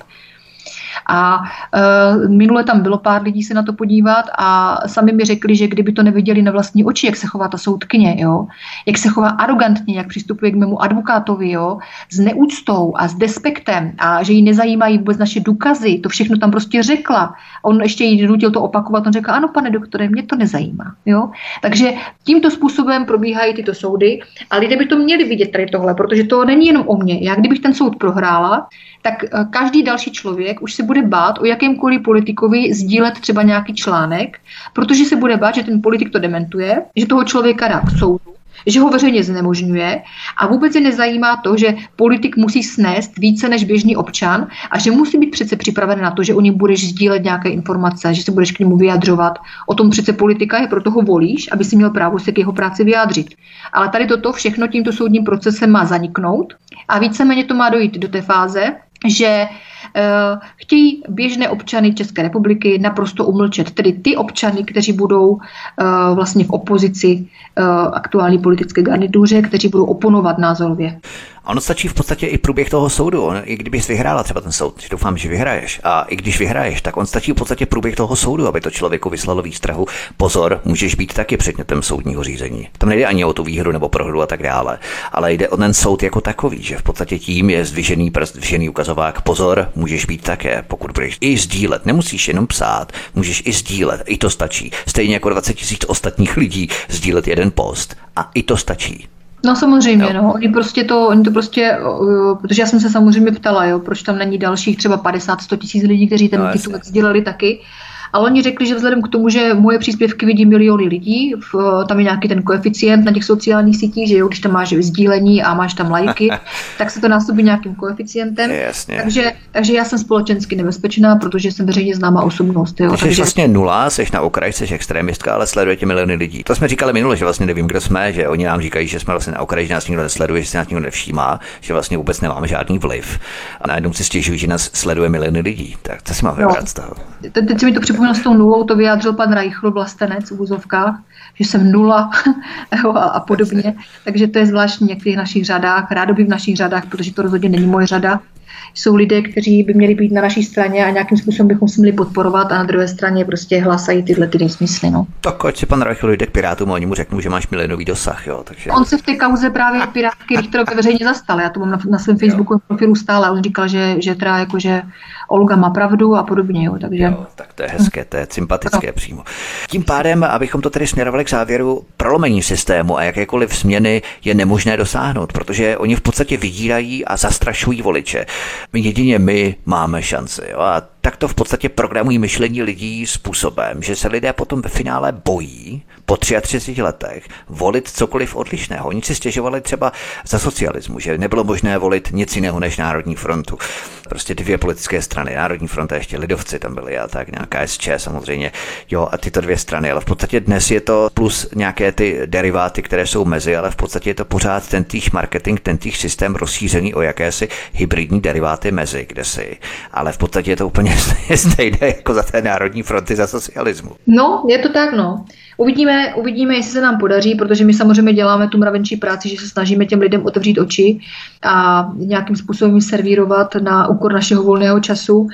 A minule tam bylo pár lidí se na to podívat a sami mi řekli, že kdyby to neviděli na vlastní oči, jak se chová ta soudkyně, jo, jak se chová arrogantně, jak přistupuje k mému advokátovi, jo, s neúctou a s despektem a že jí nezajímají vůbec naše důkazy, to všechno tam prostě řekla. On ještě jí nutil to opakovat, on řekl, ano, pane doktore, mě to nezajímá, jo. Takže tímto způsobem probíhají tyto soudy a lidé by to měli vidět tady tohle, protože to není jenom o mně. Já kdybych ten soud prohrála, tak každý další člověk už se bude bát o jakémkoliv politikovi sdílet třeba nějaký článek, protože se bude bát, že ten politik to dementuje, že toho člověka dá k soudu že ho veřejně znemožňuje a vůbec je nezajímá to, že politik musí snést více než běžný občan a že musí být přece připraven na to, že o něm budeš sdílet nějaké informace, že se budeš k němu vyjadřovat. O tom přece politika je, proto ho volíš, aby si měl právo se k jeho práci vyjádřit. Ale tady toto všechno tímto soudním procesem má zaniknout a víceméně to má dojít do té fáze, že chtějí běžné občany České republiky naprosto umlčet. Tedy ty občany, kteří budou vlastně v opozici aktuální politické garnituře, kteří budou oponovat názorově. Ono stačí v podstatě i průběh toho soudu. I kdybys vyhrála třeba ten soud, že doufám, že vyhraješ. A i když vyhraješ, tak on stačí v podstatě průběh toho soudu, aby to člověku vyslalo výstrahu. Pozor, můžeš být taky předmětem soudního řízení. Tam nejde ani o tu výhru nebo prohru a tak dále, ale jde o ten soud jako takový, že v podstatě tím je zdvižený prst, zdvižený ukazovák. Pozor, můžeš být také, pokud budeš i sdílet. Nemusíš jenom psát, můžeš i sdílet. I to stačí. Stejně jako 20 000 ostatních lidí sdílet jeden post. A i to stačí. No samozřejmě, no. Oni to prostě, protože já jsem se samozřejmě ptala, jo, proč tam není dalších třeba 50-100 tisíc lidí, kteří ten titulek sdíleli taky. Ale oni řekli, že vzhledem k tomu, že moje příspěvky vidí miliony lidí, tam je nějaký ten koeficient na těch sociálních sítích, že jo, když tam máš sdílení a máš tam lajky, tak se to násobí nějakým koeficientem. Jasně. Takže já jsem společensky nebezpečná, protože jsem veřejně známá osobnost. Jo, takže vlastně nula, seš na okraji, seš extremistka, ale sledujete miliony lidí. To jsme říkali minule, že vlastně nevím, kdo jsme, že oni nám říkají, že jsme vlastně na okraji, že nás nikdo nesleduje, že se nás nikdo nevšímá, že vlastně vůbec nemáme žádný vliv. A najednou si stěžují, že nás sleduje miliony lidí. Tak co si máme vybrat z toho? Teď se mi to připomnělo s tou nulou, to vyjádřil pan Reichl, vlastenec v úzovkách, že jsem nula a podobně. Takže to je zvláštní někdy v našich řadách, rádoby v našich řadách, protože to rozhodně není moje řada. Jsou lidé, kteří by měli být na naší straně a nějakým způsobem bychom si měli podporovat a na druhé straně prostě hlásají tyhle ty nesmysly. No. Tak ať si pan Reichl jde k Pirátům a oni mu řeknou, že máš milionový dosah. Jo, takže... On se v té kauze právě Pirátky Richterově veřejně zastal. Já to mám na svém Facebooku profilu stále. On říkal, že teda jakože Olga má pravdu a podobně. Jo, takže... jo, tak to je hezké, to je sympatické přímo. Tím pádem, abychom to tedy směrovali k závěru, prolomení systému a jakékoliv změny je nemožné dosáhnout, protože oni v podstatě vydírají a zastrašují voliče. Jedině my máme šanci. Jo? A tak to v podstatě programují myšlení lidí způsobem, že se lidé potom ve finále bojí po 33 letech volit cokoliv odlišného. Oni si stěžovali třeba za socialismu, že nebylo možné volit nic jiného než Národní frontu. Prostě dvě politické strany, Národní fronta, ještě lidovci tam byli a tak, nějaká SČ samozřejmě, jo, a tyto dvě strany, ale v podstatě dnes je to plus nějaké ty deriváty, které jsou mezi, ale v podstatě je to pořád tentýž marketing, tentýž systém rozšířený o jakési hybridní deriváty mezi, kdesi, ale v podstatě je to úplně stejné jako za té Národní fronty za socialismu. No, je to tak, no. Uvidíme, jestli se nám podaří, protože my samozřejmě děláme tu mravenčí práci, že se snažíme těm lidem otevřít oči a nějakým způsobem servírovat na úkor našeho volného času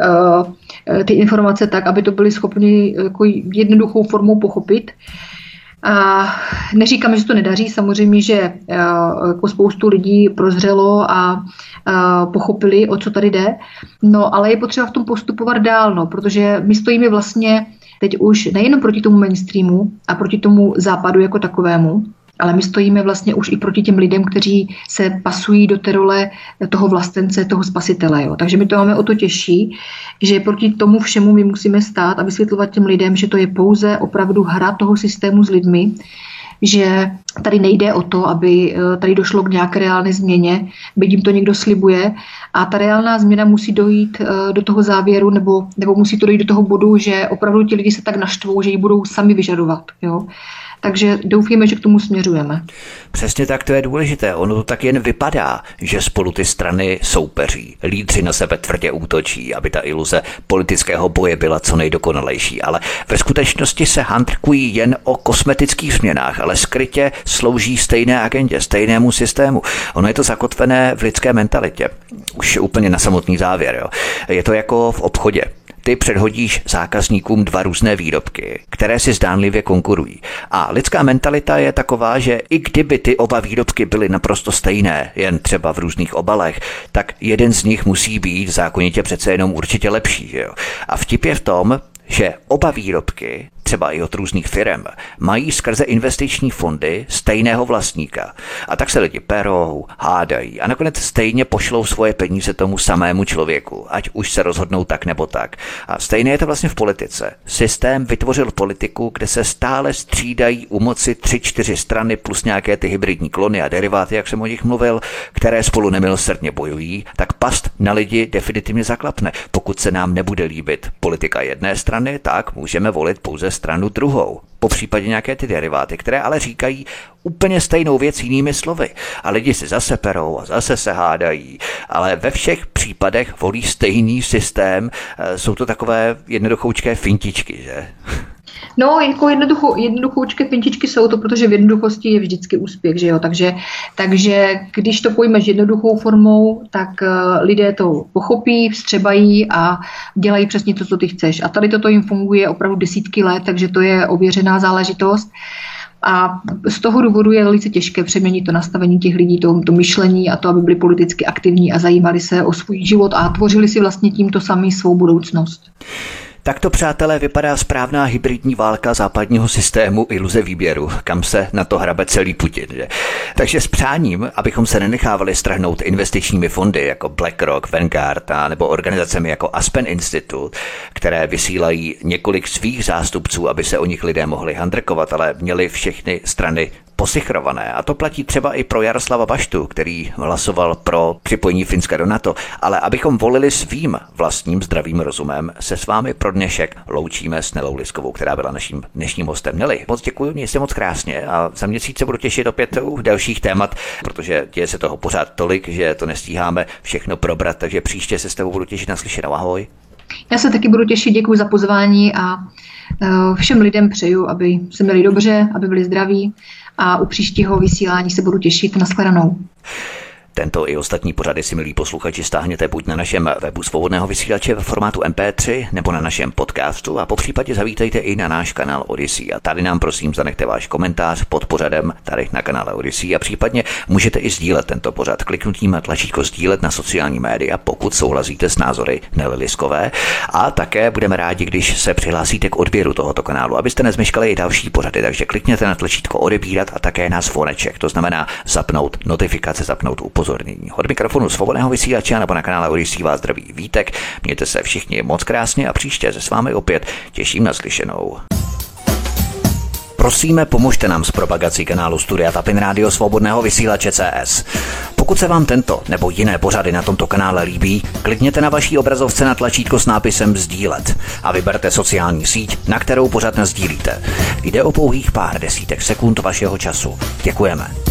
ty informace tak, aby to byli schopni jako jednoduchou formou pochopit. A neříkám, že se to nedaří, samozřejmě, že jako spoustu lidí prozřelo a pochopili, o co tady jde, no ale je potřeba v tom postupovat dál, no, protože my stojíme vlastně teď už nejenom proti tomu mainstreamu a proti tomu západu jako takovému, ale my stojíme vlastně už i proti těm lidem, kteří se pasují do té role toho vlastence, toho spasitele. Jo. Takže my to máme o to těžší, že proti tomu všemu my musíme stát a vysvětlovat těm lidem, že to je pouze opravdu hra toho systému s lidmi, že tady nejde o to, aby tady došlo k nějaké reálné změně, byť jim to někdo slibuje a ta reálná změna musí dojít do toho závěru nebo musí to dojít do toho bodu, že opravdu ti lidi se tak naštvou, že ji budou sami vyžadovat. Jo. Takže doufíme, že k tomu směřujeme. Přesně tak, to je důležité. Ono to tak jen vypadá, že spolu ty strany soupeří. Lídři na sebe tvrdě útočí, aby ta iluze politického boje byla co nejdokonalejší. Ale ve skutečnosti se handrkují jen o kosmetických změnách, ale skrytě slouží stejné agendě, stejnému systému. Ono je to zakotvené v lidské mentalitě. Už úplně na samotný závěr. Jo. Je to jako v obchodě. Ty předhodíš zákazníkům dva různé výrobky, které si zdánlivě konkurují. A lidská mentalita je taková, že i kdyby ty oba výrobky byly naprosto stejné, jen třeba v různých obalech, tak jeden z nich musí být zákonitě přece jenom určitě lepší. Že jo? A vtip je v tom, že oba výrobky třeba i od různých firem, mají skrze investiční fondy stejného vlastníka. A tak se lidi perou, hádají a nakonec stejně pošlou svoje peníze tomu samému člověku, ať už se rozhodnou tak nebo tak. A stejně je to vlastně v politice. Systém vytvořil politiku, kde se stále střídají u moci 3-4 strany plus nějaké ty hybridní klony a deriváty, jak jsem o nich mluvil, které spolu nemilosrdně bojují, tak past na lidi definitivně zaklapne. Pokud se nám nebude líbit politika jedné strany, tak můžeme volit pouze stranu druhou. Po případě nějaké ty deriváty, které ale říkají úplně stejnou věc jinými slovy. A lidi si zase perou a zase se hádají. Ale ve všech případech volí stejný systém. Jsou to takové jednoduchoučké fintičky, že? No, jako jednoduchoučké fintičky jsou to, protože v jednoduchosti je vždycky úspěch, že jo? Takže když to pojmeš jednoduchou formou, tak lidé to pochopí, vstřebají a dělají přesně to, co ty chceš. A tady toto jim funguje opravdu desítky let, takže to je ověřená záležitost. A z toho důvodu je velice těžké přeměnit to nastavení těch lidí, to myšlení a to, aby byli politicky aktivní a zajímali se o svůj život a tvořili si vlastně tímto samý svou budoucnost. Takto, přátelé, vypadá správná hybridní válka západního systému iluze výběru, kam se na to hrabe celý Putin. Že? Takže s přáním, abychom se nenechávali strhnout investičními fondy jako BlackRock, Vanguard a nebo organizacemi jako Aspen Institute, které vysílají několik svých zástupců, aby se o nich lidé mohli handrkovat, ale měli všechny strany posichrované. A to platí třeba i pro Jaroslava Baštu, který hlasoval pro připojení Finska do NATO. Ale abychom volili svým vlastním zdravým rozumem, se s vámi pro dnešek loučíme s Nelou Liskovou, která byla naším dnešním hostem. Neli, moc děkuji, mějte se moc krásně a za měsíc se budu těšit opět u dalších témat, protože děje se toho pořád tolik, že to nestíháme všechno probrat, takže příště se s tebou budu těšit, naslyšenou, ahoj. Já se taky budu těšit, děkuji za pozvání a všem lidem přeju, aby se měli dobře, aby byli zdraví a u příštího vysílání se budu těšit. Nashledanou. Tento i ostatní pořady si, milí posluchači, stáhněte buď na našem webu Svobodného vysílače ve formátu MP3 nebo na našem podcastu a popřípadě zavítejte i na náš kanál Odyssey. A tady nám prosím zanechte váš komentář pod pořadem tady na kanále Odyssey a případně můžete i sdílet tento pořad kliknutím na tlačítko sdílet na sociální média, pokud souhlasíte s názory Nely Liskové. A také budeme rádi, když se přihlásíte k odběru tohoto kanálu, abyste nezmeškali i další pořady, takže klikněte na tlačítko odebírat a také na zvoneček, to znamená zapnout notifikace, zapnout upozornění. Od mikrofonu Svobodného vysílače nebo na kanále Odyssey vás zdraví Vítek. Mějte se všichni moc krásně a příště se s vámi opět těším na slyšenou. Prosíme, pomožte nám s propagací kanálu Studia Tapin Rádio Svobodného vysílače CS. Pokud se vám tento nebo jiné pořady na tomto kanále líbí, klikněte na vaší obrazovce na tlačítko s nápisem sdílet a vyberte sociální síť, na kterou pořad nasdílíte. Jde o pouhých pár desítek sekund vašeho času. Děkujeme.